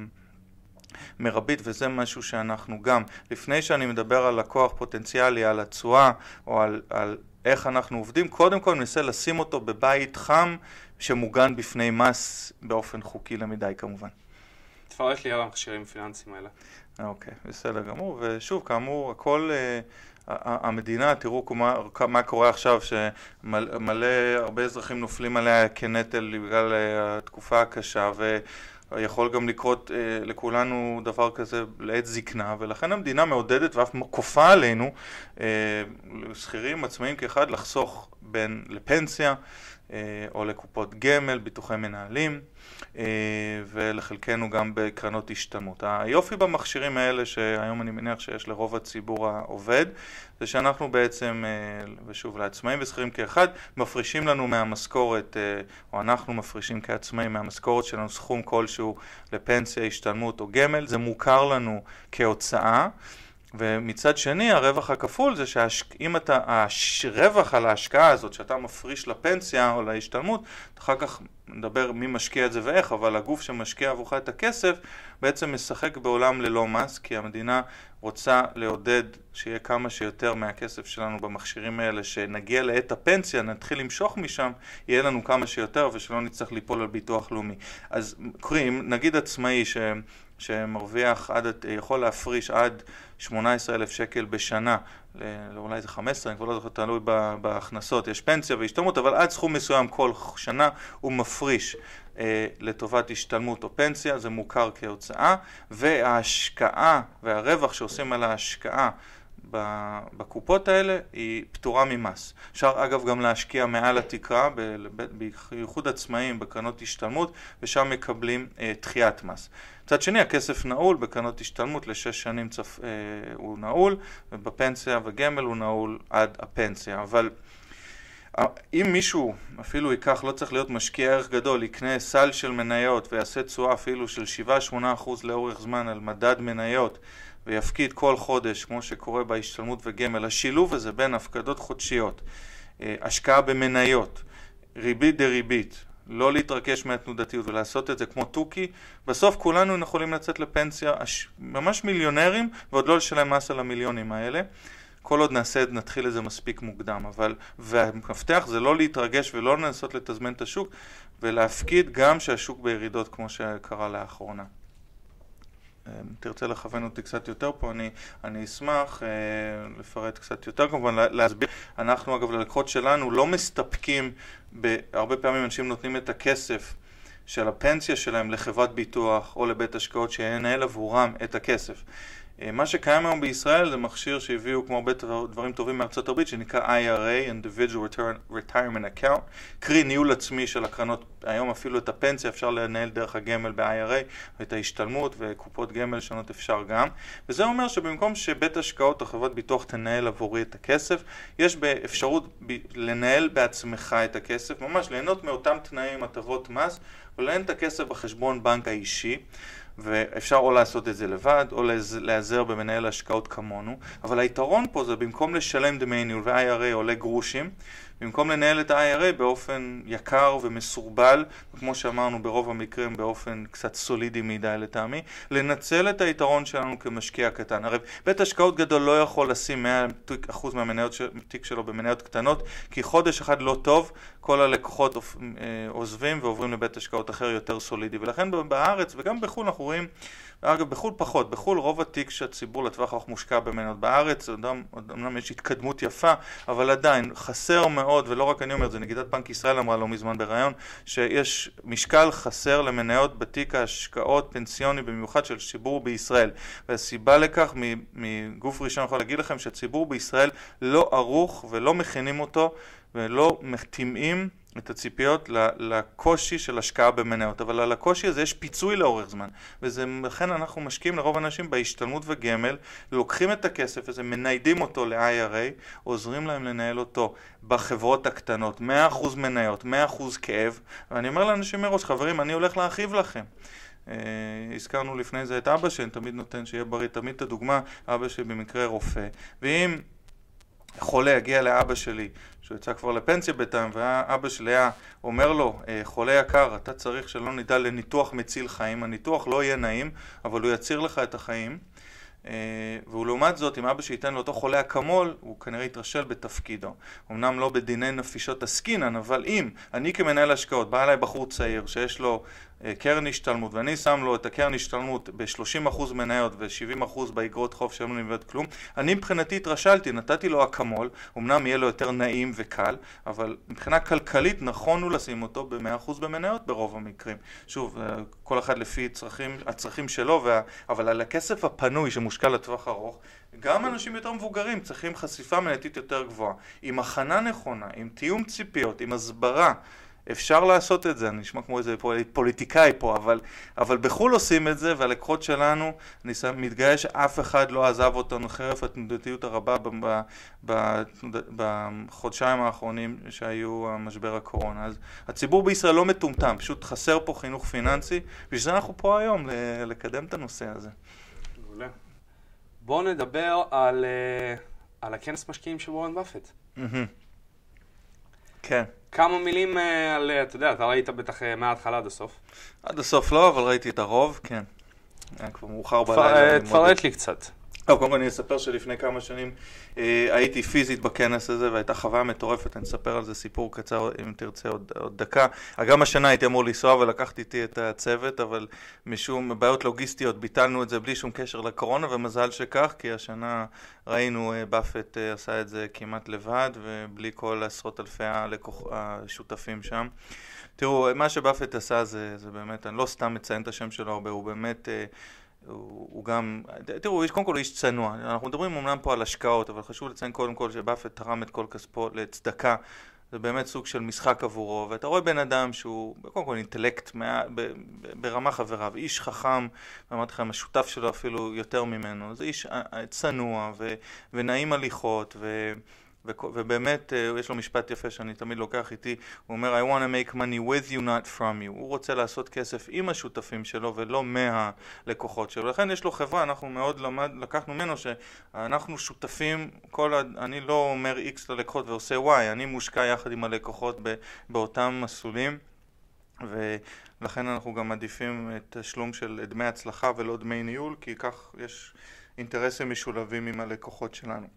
מרבית, וזה משהו שאנחנו גם, לפני שאני מדבר על לקוח פוטנציאלי, על התשואה, או על איך אנחנו עובדים, קודם כל ננסה לשים אותו בבית חם, שמוגן בפני מס באופן חוקי למדי כמובן. תפרט לי על המכשירים פיננסיים האלה. אוקיי, בסדר גמור, ושוב, כאמור, הכל, המדינה, תראו מה קורה עכשיו, שמלא, הרבה אזרחים נופלים עליה כנטל בגלל התקופה הקשה, ויכול גם לקרות לכולנו דבר כזה לעת זקנה, ולכן המדינה מעודדת ואף כופה עלינו, שכירים, עצמאים כאחד, לחסוך בין לפנסיה, או לקופות גמל, ביטוחי מנהלים, ולחלקנו גם בקרנות השתלמות. היופי במכשירים האלה, שהיום אני מניח שיש לרוב הציבור העובד, זה שאנחנו בעצם, ושוב לעצמאים ושכירים כאחד, מפרישים לנו מהמשכורת, או אנחנו מפרישים כעצמאים מהמשכורת שלנו סכום כלשהו לפנסיה, השתלמות או גמל, זה מוכר לנו כהוצאה, ומצד שני, הרווח הכפול זה שאם הרווח על ההשקעה הזאת שאתה מפריש לפנסיה או להשתלמות, אחר כך נדבר מי משקיע את זה ואיך, אבל הגוף שמשקיע עבורך את הכסף בעצם משחק בעולם ללא מס, כי המדינה רוצה לעודד שיהיה כמה שיותר מהכסף שלנו במכשירים האלה, שנגיע לעת הפנסיה, נתחיל למשוך משם, יהיה לנו כמה שיותר ושלא נצטרך ליפול על ביטוח לאומי. אז קוראים, נגיד עצמאי שמרוויח, יכול להפריש עד 18,000 שקל בשנה, אולי זה 15, אני כבר לא זוכר, תלוי בהכנסות, יש פנסיה והשתלמות, אבל עד סכום מסוים כל שנה הוא מפריש לטובת השתלמות או פנסיה, זה מוכר כהוצאה, וההשקעה והרווח שעושים על ההשקעה בקופות האלה היא פטורה ממס. אפשר אגב גם להשקיע מעל התקרה, בייחוד עצמאים בקרנות השתלמות, ושם מקבלים דחיית מס. מצד שני, הכסף נעול, בקרנות השתלמות ל6 שנים הוא נעול, ובפנסיה וגמל הוא נעול עד הפנסיה. אבל אם מישהו אפילו ייקח, לא צריך להיות משקיע ערך גדול, יקנה סל של מניות ויעשה תשואה אפילו של 7-8% לאורך זמן על מדד מניות, ויפקיד כל חודש, כמו שקורה בהשתלמות וגמל, השילוב הזה בין הפקדות חודשיות, השקעה במניות, ריבית דריבית, לא להתרכש מהתנודתיות ולעשות את זה כמו טוקי, בסוף כולנו יכולים לצאת לפנסיה ממש מיליונרים, ועוד לא לשלם מס על המיליונים האלה. כל עוד נתחיל את זה מספיק מוקדם, והמפתח זה לא להתרגש ולא לנסות לתזמן את השוק, ולהפקיד גם שהשוק בירידות כמו שקרה לאחרונה. תרצה לכוון אותי קצת יותר פה, אני אשמח לפרט קצת יותר, כמובן להסביר. אנחנו אגב ללקוחות שלנו לא מסתפקים, הרבה פעמים אנשים נותנים את הכסף של הפנסיה שלהם לחברת ביטוח או לבית השקעות שינהל עבורם את הכסף. מה שקיים היום בישראל זה מכשיר שהביאו כמו הרבה דברים טובים מארצות הברית שנקרא IRA, Individual Retirement Account, קרי ניהול עצמי של הקרנות. היום אפילו את הפנסיה אפשר לנהל דרך הגמל ב-IRA, ואת ההשתלמות וקופות גמל שונות אפשר גם. וזה אומר שבמקום שבית השקעות או חברת ביטוח תנהל עבורי את הכסף, יש באפשרות לנהל בעצמך את הכסף, ממש ליהנות מאותם תנאים, הטבות מס, ולנהל את הכסף בחשבון בנק האישי. ואפשר או לעשות את זה לבד, או להיעזר במנהל השקעות כמונו. אבל היתרון פה זה במקום לשלם דמי ניהול ו-IRA עולה גרושים, במקום לנהל את ה-IRA באופן יקר ומסורבל, כמו שאמרנו ברוב המקרים באופן קצת סולידי מדי לטעמי, לנצל את היתרון שלנו כמשקיע קטן. הרי בית השקעות גדול לא יכול לשים 100% מהמניות תיק שלו במניות קטנות, כי חודש אחד לא טוב, כל הלקוחות עוזבים ועוברים לבית השקעות אחר יותר סולידי. ולכן בארץ וגם בחו"ל אנחנו רואים, אגב בחו"ל פחות, בחו"ל רוב התיק שהציבור לטווח ארוך מושקע במניות. בארץ אמנם יש התקדמות יפה, אבל עדיין חסר מאוד, ולא רק אני אומר, זה נגידת בנק ישראל אמרה לא מזמן ברעיון, שיש משקל חסר למניות בתיק ההשקעות פנסיוני במיוחד של ציבור בישראל. והסיבה לכך, מגוף ראשון יכול להגיד לכם שהציבור בישראל לא ערוך ולא מכינים אותו ולא מתאימים את הציפיות לקושי של השקעה במניות, אבל על הקושי הזה יש פיצוי לאורך זמן, ולכן אנחנו משקיעים לרוב האנשים בהשתלמות וגמל, לוקחים את הכסף הזה, מניידים אותו ל-IRA, עוזרים להם לנהל אותו בחברות הקטנות, 100% מניות, 100% כאב, ואני אומר לאנשים מראש, חברים, אני הולך להרחיב לכם. הזכרנו לפני זה את אבא שאני תמיד נותן שיהיה בריא, תמיד את הדוגמה, אבא שלי במקרה רופא, ואם חולה יגיע לאבא שלי, שהוא יצא כבר לפנסיה בינתיים, והאבא שלי היה אומר לו, חולה יקר, אתה צריך שלא נדע לניתוח מציל חיים, הניתוח לא יהיה נעים, אבל הוא יציר לך את החיים, והוא לעומת זאת, אם אבא שייתן לאותו חולה אקמול, הוא כנראה יתרשל בתפקידו. אמנם לא בדיני נפישות עסקינן, אבל אם אני כמנהל השקעות, בא אליי בחור צעיר שיש לו קרן השתלמות, ואני שם לו את הקרן השתלמות ב-30% מניות ו-70% באגרות חוב שלא נבד כלום, אני מבחינתי התרשלתי, נתתי לו אקמול, אמנם יהיה לו יותר נעים וקל, אבל מבחינה כלכלית נכון הוא לשים אותו ב-100% במניות ברוב המקרים. שוב, כל אחד לפי הצרכים שלו, אבל על הכסף הפנוי שמושקע לטווח ארוך, גם אנשים יותר מבוגרים צריכים חשיפה מנייתית יותר גבוהה. עם הכנה נכונה, עם תיאום ציפיות, עם הסברה, אפשר לעשות את זה. אני נשמע כמו איזה פוליטיקאי פה, אבל בחו"ל עושים את זה, והלקוחות שלנו, אני מתגאה שאף אחד לא עזב אותנו חרף התנודתיות הרבה בחודשיים האחרונים שהיו המשבר הקורונה. אז הציבור בישראל לא מטומטם, פשוט חסר פה חינוך פיננסי, בשביל אנחנו פה היום לקדם את הנושא הזה. מעולה. בואו נדבר על הכנס משקיעים של וורן באפט. כן. כמה מילים על, אתה יודע, אתה ראית בטח מההתחלה עד הסוף. עד הסוף לא, אבל ראיתי את הרוב, כן. היה כבר מאוחר בלילה. תפרט לי קצת. קודם כל אני אספר שלפני כמה שנים הייתי פיזית בכנס הזה והייתה חוויה מטורפת, אני אספר על זה סיפור קצר אם תרצה עוד דקה. גם השנה הייתי אמור לנסוע ולקחתי איתי את הצוות, אבל משום בעיות לוגיסטיות ביטלנו את זה בלי שום קשר לקורונה, ומזל שכך, כי השנה ראינו באפט עשה את זה כמעט לבד ובלי כל עשרות אלפי השותפים שם. תראו, מה שבאפט עשה זה באמת, אני לא סתם מציין את השם שלו הרבה, הוא באמת הוא גם, תראו, קודם כל הוא איש צנוע. אנחנו מדברים אומנם פה על השקעות, אבל חשוב לציין קודם כל שבאפט תרם את כל כספו לצדקה. זה באמת סוג של משחק עבורו, ואתה רואה בן אדם שהוא קודם כל אינטלקט ברמה חבריו, איש חכם, ואמרתי לכם, השותף שלו אפילו יותר ממנו. זה איש צנוע ונעים הליכות, ובאמת יש לו משפט יפה שאני תמיד לוקח איתי, הוא אומר I want to make money with you not from you. הוא רוצה לעשות כסף עם השותפים שלו ולא מהלקוחות שלו. לכן יש לו חברה, אנחנו מאוד לקחנו ממנו שאנחנו שותפים, אני לא אומר X ללקוחות ועושה Y, אני מושקע יחד עם הלקוחות באותם מסלולים, ולכן אנחנו גם מעדיפים את תשלום של דמי הצלחה ולא דמי ניהול, כי כך יש אינטרסים משולבים עם הלקוחות שלנו.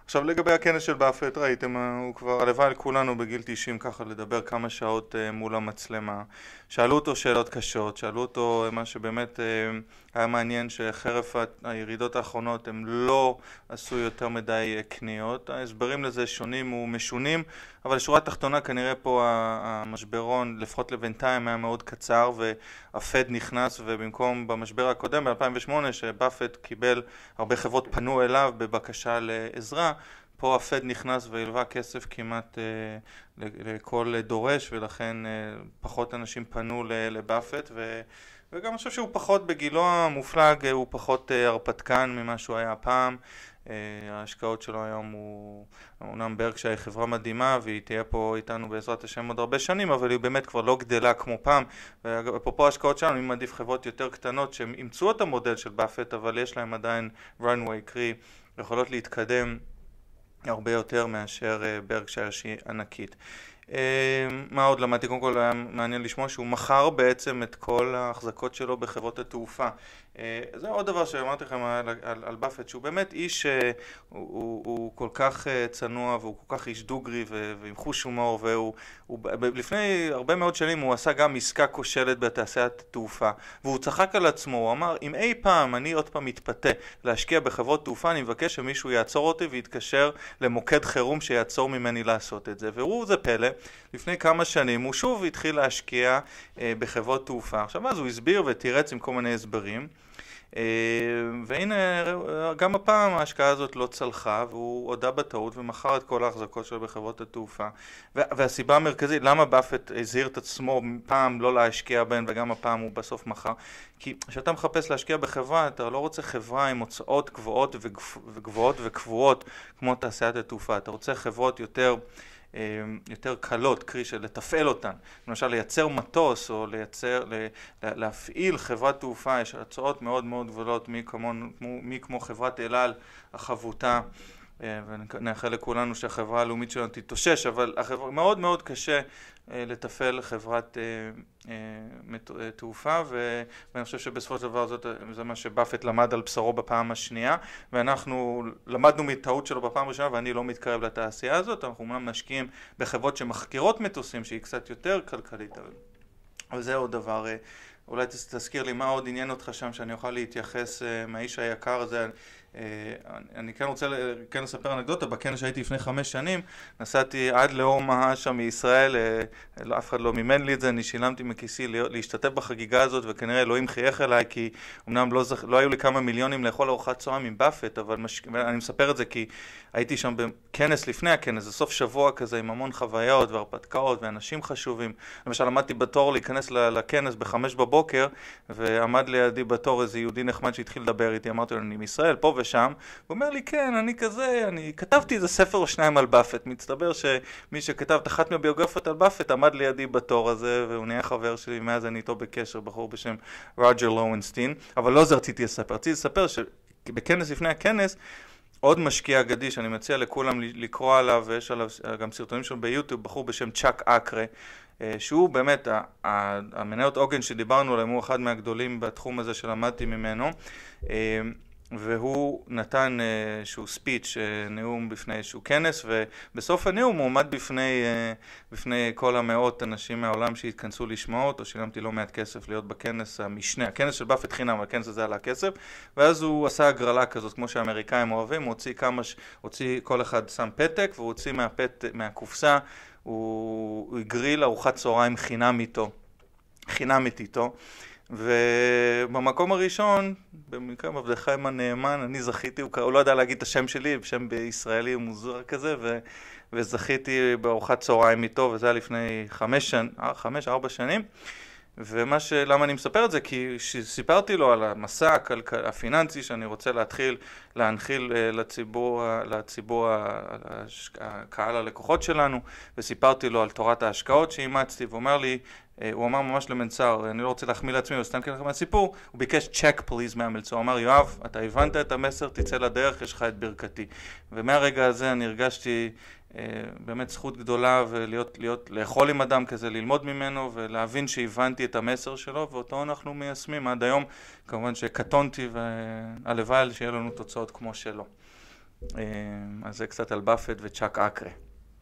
עכשיו לגבי הכנס של באפט, ראיתם, הוא כבר הלוואי לכולנו בגיל 90 ככה לדבר כמה שעות מול המצלמה. שאלו אותו שאלות קשות, שאלו אותו מה שבאמת היה מעניין שחרף הירידות האחרונות הם לא עשו יותר מדי קניות. ההסברים לזה שונים ומשונים, אבל לשורה התחתונה כנראה פה המשברון לפחות לבינתיים היה מאוד קצר והפד נכנס, ובמקום במשבר הקודם ב-2008 שבאפט קיבל, הרבה חברות פנו אליו בבקשה לעזרה, פה הפד נכנס והלווה כסף כמעט לכל דורש, ולכן פחות אנשים פנו לבאפט, וגם אני חושב שהוא פחות בגילו המופלג, הוא פחות הרפתקן ממה שהוא היה פעם. ההשקעות שלו היום הוא אומנם ברקשייר חברה מדהימה והיא תהיה פה איתנו בעזרת השם עוד הרבה שנים, אבל היא באמת כבר לא גדלה כמו פעם. ואפרופו ההשקעות שלנו, אני מעדיף חברות יותר קטנות שהם אימצו את המודל של באפט אבל יש להם עדיין runway, קרי יכולות להתקדם הרבה יותר מאשר ברקשייר שהיא ענקית. מה עוד למדתי? קודם כל היה מעניין לשמוע שהוא מכר בעצם את כל ההחזקות שלו בחברות התעופה. זה עוד דבר שאמרתי לכם על באפט, שהוא באמת איש, הוא כל כך צנוע והוא כל כך איש דוגרי ועם חוש הומור, לפני הרבה מאוד שנים הוא עשה גם עסקה כושלת בתעשיית תעופה, והוא צחק על עצמו, הוא אמר, אם אי פעם אני עוד פעם מתפתה להשקיע בחברות תעופה, אני מבקש שמישהו יעצור אותי ויתקשר למוקד חירום שיעצור ממני לעשות את זה. והוא זה פלא, לפני כמה שנים הוא שוב התחיל להשקיע בחברות תעופה. עכשיו אז הוא הסביר ותירץ עם כל מיני הסברים, והנה גם הפעם ההשקעה הזאת לא צלחה והוא הודה בטעות ומכר את כל ההחזקות שלו בחברות התעופה. והסיבה המרכזית למה באפט הזהיר את עצמו פעם לא להשקיע בהן וגם הפעם הוא בסוף מכר, כי כשאתה מחפש להשקיע בחברה אתה לא רוצה חברה עם הוצאות גבוהות וקבועות כמו תעשיית התעופה, אתה רוצה חברות יותר קלות, קרי של לתפעל אותן. למשל לייצר מטוס או להפעיל חברת תעופה, יש הצעות מאוד מאוד גבוהות, מי כמו חברת אל על החבוטה, ונאחל לכולנו שהחברה הלאומית שלנו תתאושש, אבל מאוד מאוד קשה לתפעל חברת תעופה, ואני חושב שבסופו של דבר זה מה שבאפט למד על בשרו בפעם השנייה, ואנחנו למדנו מטעות שלו בפעם הראשונה, ואני לא מתקרב לתעשייה הזאת. אנחנו אומנם משקיעים בחברות שמחקירות מטוסים שהיא קצת יותר כלכלית, אבל זה עוד דבר. אולי תזכיר לי מה עוד עניין אותך שם שאני אוכל להתייחס מהאיש היקר הזה. אני כן רוצה לספר אנקדוטה. בכנס שהייתי לפני 5 שנים נסעתי עד לאומה שם מישראל, אף אחד לא מימן לי את זה, אני שילמתי מכיסי להשתתף בחגיגה הזאת, וכנראה אלוהים חייך אליי כי אמנם לא היו לי כמה מיליונים לאכול ארוחת צהריים עם באפט, אבל אני מספר את זה כי הייתי שם בכנס לפני הכנס, זה סוף שבוע כזה עם המון חוויות והרפתקאות ואנשים חשובים. למשל עמדתי בתור להיכנס לכנס ב5 בבוקר, ועמד לידי בתור איזה יהודי נחמד שהתחיל לדבר איתי, אמרתי לו אני מישראל פה ושם, הוא אומר לי כן, אני כתבתי איזה ספר או שניים על באפט. מצטבר שמי שכתב את אחת מהביוגרפיות על באפט עמד לידי בתור הזה, והוא נהיה חבר שלי, מאז אני איתו בקשר, בחור בשם רוג'ר לואונסטין. אבל לא זה רציתי לספר שבכנס לפני הכנס עוד משקיע אגדי שאני מציע לכולם לקרוא עליו, ויש עליו גם סרטונים שלו ביוטיוב, בחור בשם צ'אק אקרה, שהוא באמת המניות עוגן שדיברנו עליהם, הוא אחד מהגדולים בתחום הזה שלמדתי ממנו, והוא נתן שהוא ספיץ', נאום בפני איזשהו כנס, ובסוף הנאום הוא עומד בפני כל המאות אנשים מהעולם שהתכנסו לשמוע אותו. שילמתי לא מעט כסף להיות בכנס המשנה, הכנס של באפט חינם, הכנס הזה עלה כסף, ואז הוא עשה הגרלה כזאת כמו שהאמריקאים אוהבים, הוא הוציא כל אחד שם פתק, והוא הוציא מהקופסה, הוא הגריל ארוחת צהריים חינמית איתו, ובמקום הראשון, במקרה מבדכם הנאמן, אני זכיתי, הוא לא יודע להגיד את השם שלי, בשם בישראלי מוזר כזה, וזכיתי בארוחת צהריים איתו, וזה היה לפני 4 שנים. למה אני מספר את זה? כי סיפרתי לו על המסע הפיננסי שאני רוצה להנחיל לציבור הקהל הלקוחות שלנו, וסיפרתי לו על תורת ההשקעות שאימצתי, הוא אמר ממש למנצר, אני לא רוצה להחמיא לעצמי, אבל סתם ככה מהסיפור, הוא ביקש צ'ק פליז מהמלצר, הוא אמר יואב, אתה הבנת את המסר, תצא לדרך, יש לך את ברכתי. ומהרגע הזה אני הרגשתי באמת זכות גדולה לאכול עם אדם כזה, ללמוד ממנו ולהבין שהבנתי את המסר שלו, ואותו אנחנו מיישמים עד היום. כמובן שקטונתי והלוואי שיהיה לנו תוצאות כמו שלו. אז זה קצת על באפט וצ'אק אקרה.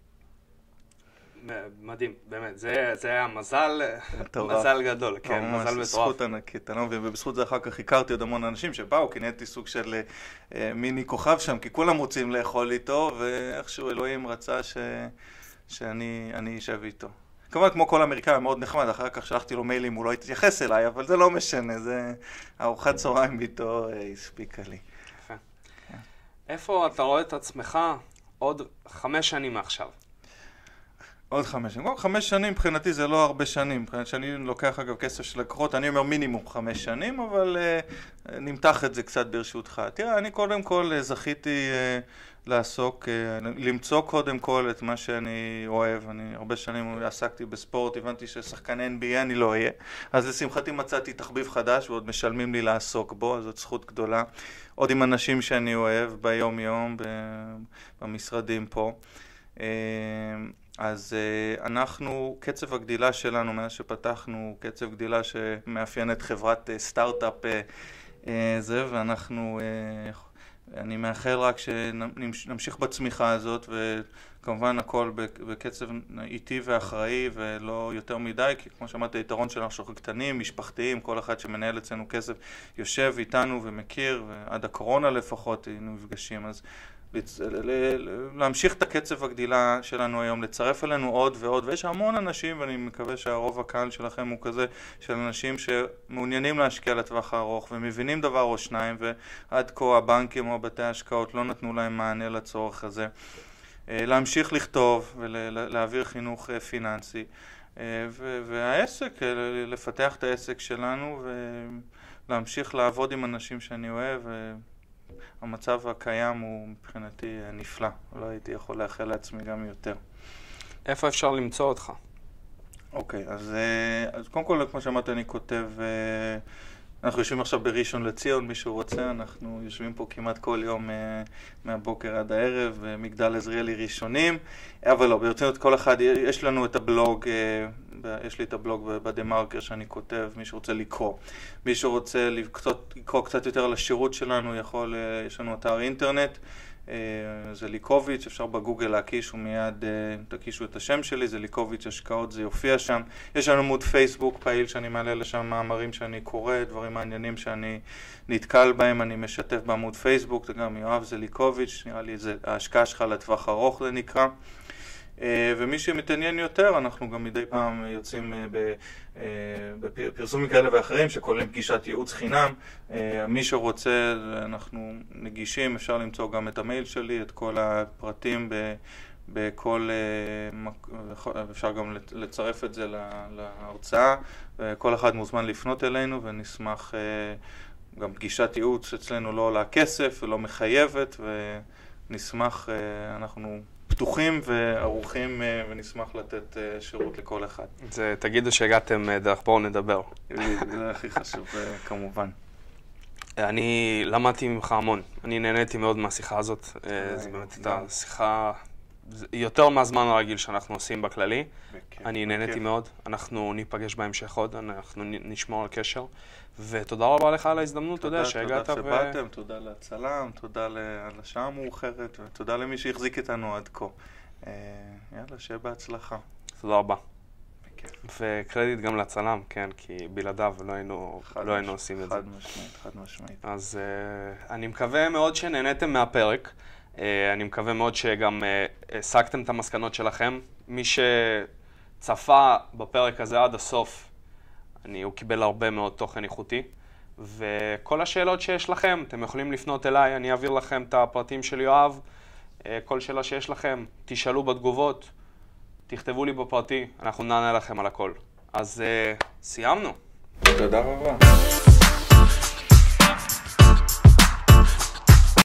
מדהים, באמת, זה היה מזל גדול, כן, מזל מטורף. זכות ענקית, ובזכות זה אחר כך הכרתי עוד המון אנשים שבאו, כי נהייתי סוג של מיני כוכב שם, כי כולם רוצים לאכול איתו, ואיכשהו אלוהים רצה שאני אשב איתו. כמובן, כמו כל אמריקאי, מאוד נחמד, אחר כך שלחתי לו מיילים, הוא לא התייחס אליי, אבל זה לא משנה, זה ארוחת צהריים איתו הספיקה לי. יפה. איפה אתה רואה את עצמך עוד 5 שנים מעכשיו? עוד 5 שנים. 5 שנים מבחינתי זה לא הרבה שנים. מבחינת שאני לוקח אגב כסף של לקוחות, אני אומר מינימום 5 שנים, אבל נמתח את זה קצת ברשותך. תראה, אני קודם כל זכיתי לעסוק, למצוא קודם כל את מה שאני אוהב. אני הרבה שנים עסקתי בספורט, הבנתי ששחקן NBA אני לא אהיה. אז לשמחתי מצאתי תחביב חדש ועוד משלמים לי לעסוק בו, אז זאת זכות גדולה. עוד עם אנשים שאני אוהב ביום יום, במשרדים פה. אז אנחנו, קצב הגדילה שלנו מאז שפתחנו, קצב גדילה שמאפיינת חברת סטארט-אפ זה, ואנחנו, אני מאחל רק שנמשיך בצמיחה הזאת, וכמובן הכל בקצב איטי ואחראי ולא יותר מדי, כי כמו שאמרת, היתרון שלנו שאנחנו קטנים, משפחתיים, כל אחד שמנהל אצלנו כסף יושב איתנו ומכיר, ועד הקורונה לפחות היינו מפגשים, אז להמשיך את הקצב הגדילה שלנו היום, לצרף אלינו עוד ועוד, ויש המון אנשים, ואני מקווה שהרוב הקהל שלכם הוא כזה, של אנשים שמעוניינים להשקיע לטווח הארוך, ומבינים דבר או שניים, ועד כה הבנקים או בתי ההשקעות לא נתנו להם מענה לצורך הזה. להמשיך לכתוב ולהעביר חינוך פיננסי, והעסק, לפתח את העסק שלנו, ולהמשיך לעבוד עם אנשים שאני אוהב, המצב הקיים הוא מבחינתי נפלא, לא הייתי יכול לאחל לעצמי גם יותר. איפה אפשר למצוא אותך? אוקיי, אז קודם כל, כמו שאמרת, אני כותב, אנחנו יושבים עכשיו בראשון לציון, מישהו רוצה, אנחנו יושבים פה כמעט כל יום מהבוקר עד הערב, מגדל עזריאלי ראשונים, אבל לא, ברצינות כל אחד, יש לנו את הבלוג, יש לי את הבלוג בדה-מרקר שאני כותב, מי שרוצה לקרוא. מי שרוצה לקרוא קצת יותר על השירות שלנו, יש לנו אתר אינטרנט, זה ליקוביץ', אפשר בגוגל להקיש ומיד תקישו את השם שלי, זה ליקוביץ' השקעות, זה יופיע שם. יש לנו עמוד פייסבוק פעיל שאני מעלה לשם מאמרים שאני קורא, דברים מעניינים שאני נתקל בהם, אני משתף בעמוד פייסבוק, זה גם יואב זה ליקוביץ', נראה לי זה ההשקעה שלך לטווח ארוך זה נקרא. ומי שמתעניין יותר, אנחנו גם מדי פעם יוצאים בפרסומים כאלה ואחרים שכוללים פגישת ייעוץ חינם. מי שרוצה, אנחנו נגישים, אפשר למצוא גם את המייל שלי, את כל הפרטים בכל, אפשר גם לצרף את זה להרצאה. כל אחד מוזמן לפנות אלינו ונשמח, גם פגישת ייעוץ אצלנו לא עולה כסף ולא מחייבת, ונשמח, אנחנו פתוחים וערוכים ונשמח לתת שירות לכל אחד. תגידו שהגעתם דרך בואו נדבר. זה הכי חשוב כמובן. אני למדתי ממך המון, אני נהניתי מאוד מהשיחה הזאת, זה באמת הייתה שיחה יותר מהזמן הרגיל שאנחנו עושים בכללי, אני נהניתי מאוד, אנחנו ניפגש בהמשך עוד, אנחנו נשמור על קשר, ותודה רבה לך על ההזדמנות, תודה שהגעת. תודה שבאתם, תודה לצלם, תודה על השעה המאוחרת, ותודה למי שהחזיק איתנו עד כה. יאללה, שיהיה בהצלחה. תודה רבה. וקרדיט גם לצלם, כן, כי בלעדיו לא היינו עושים את זה. חד משמעית. אז אני מקווה מאוד שנהניתם מהפרק. אני מקווה מאוד שגם הסקתם את המסקנות שלכם. מי שצפה בפרק הזה עד הסוף, הוא קיבל הרבה מאוד תוכן איכותי. וכל השאלות שיש לכם, אתם יכולים לפנות אליי, אני אעביר לכם את הפרטים של יואב. כל שאלה שיש לכם, תשאלו בתגובות, תכתבו לי בפרטי, אנחנו נענה לכם על הכל. אז סיימנו. תודה רבה.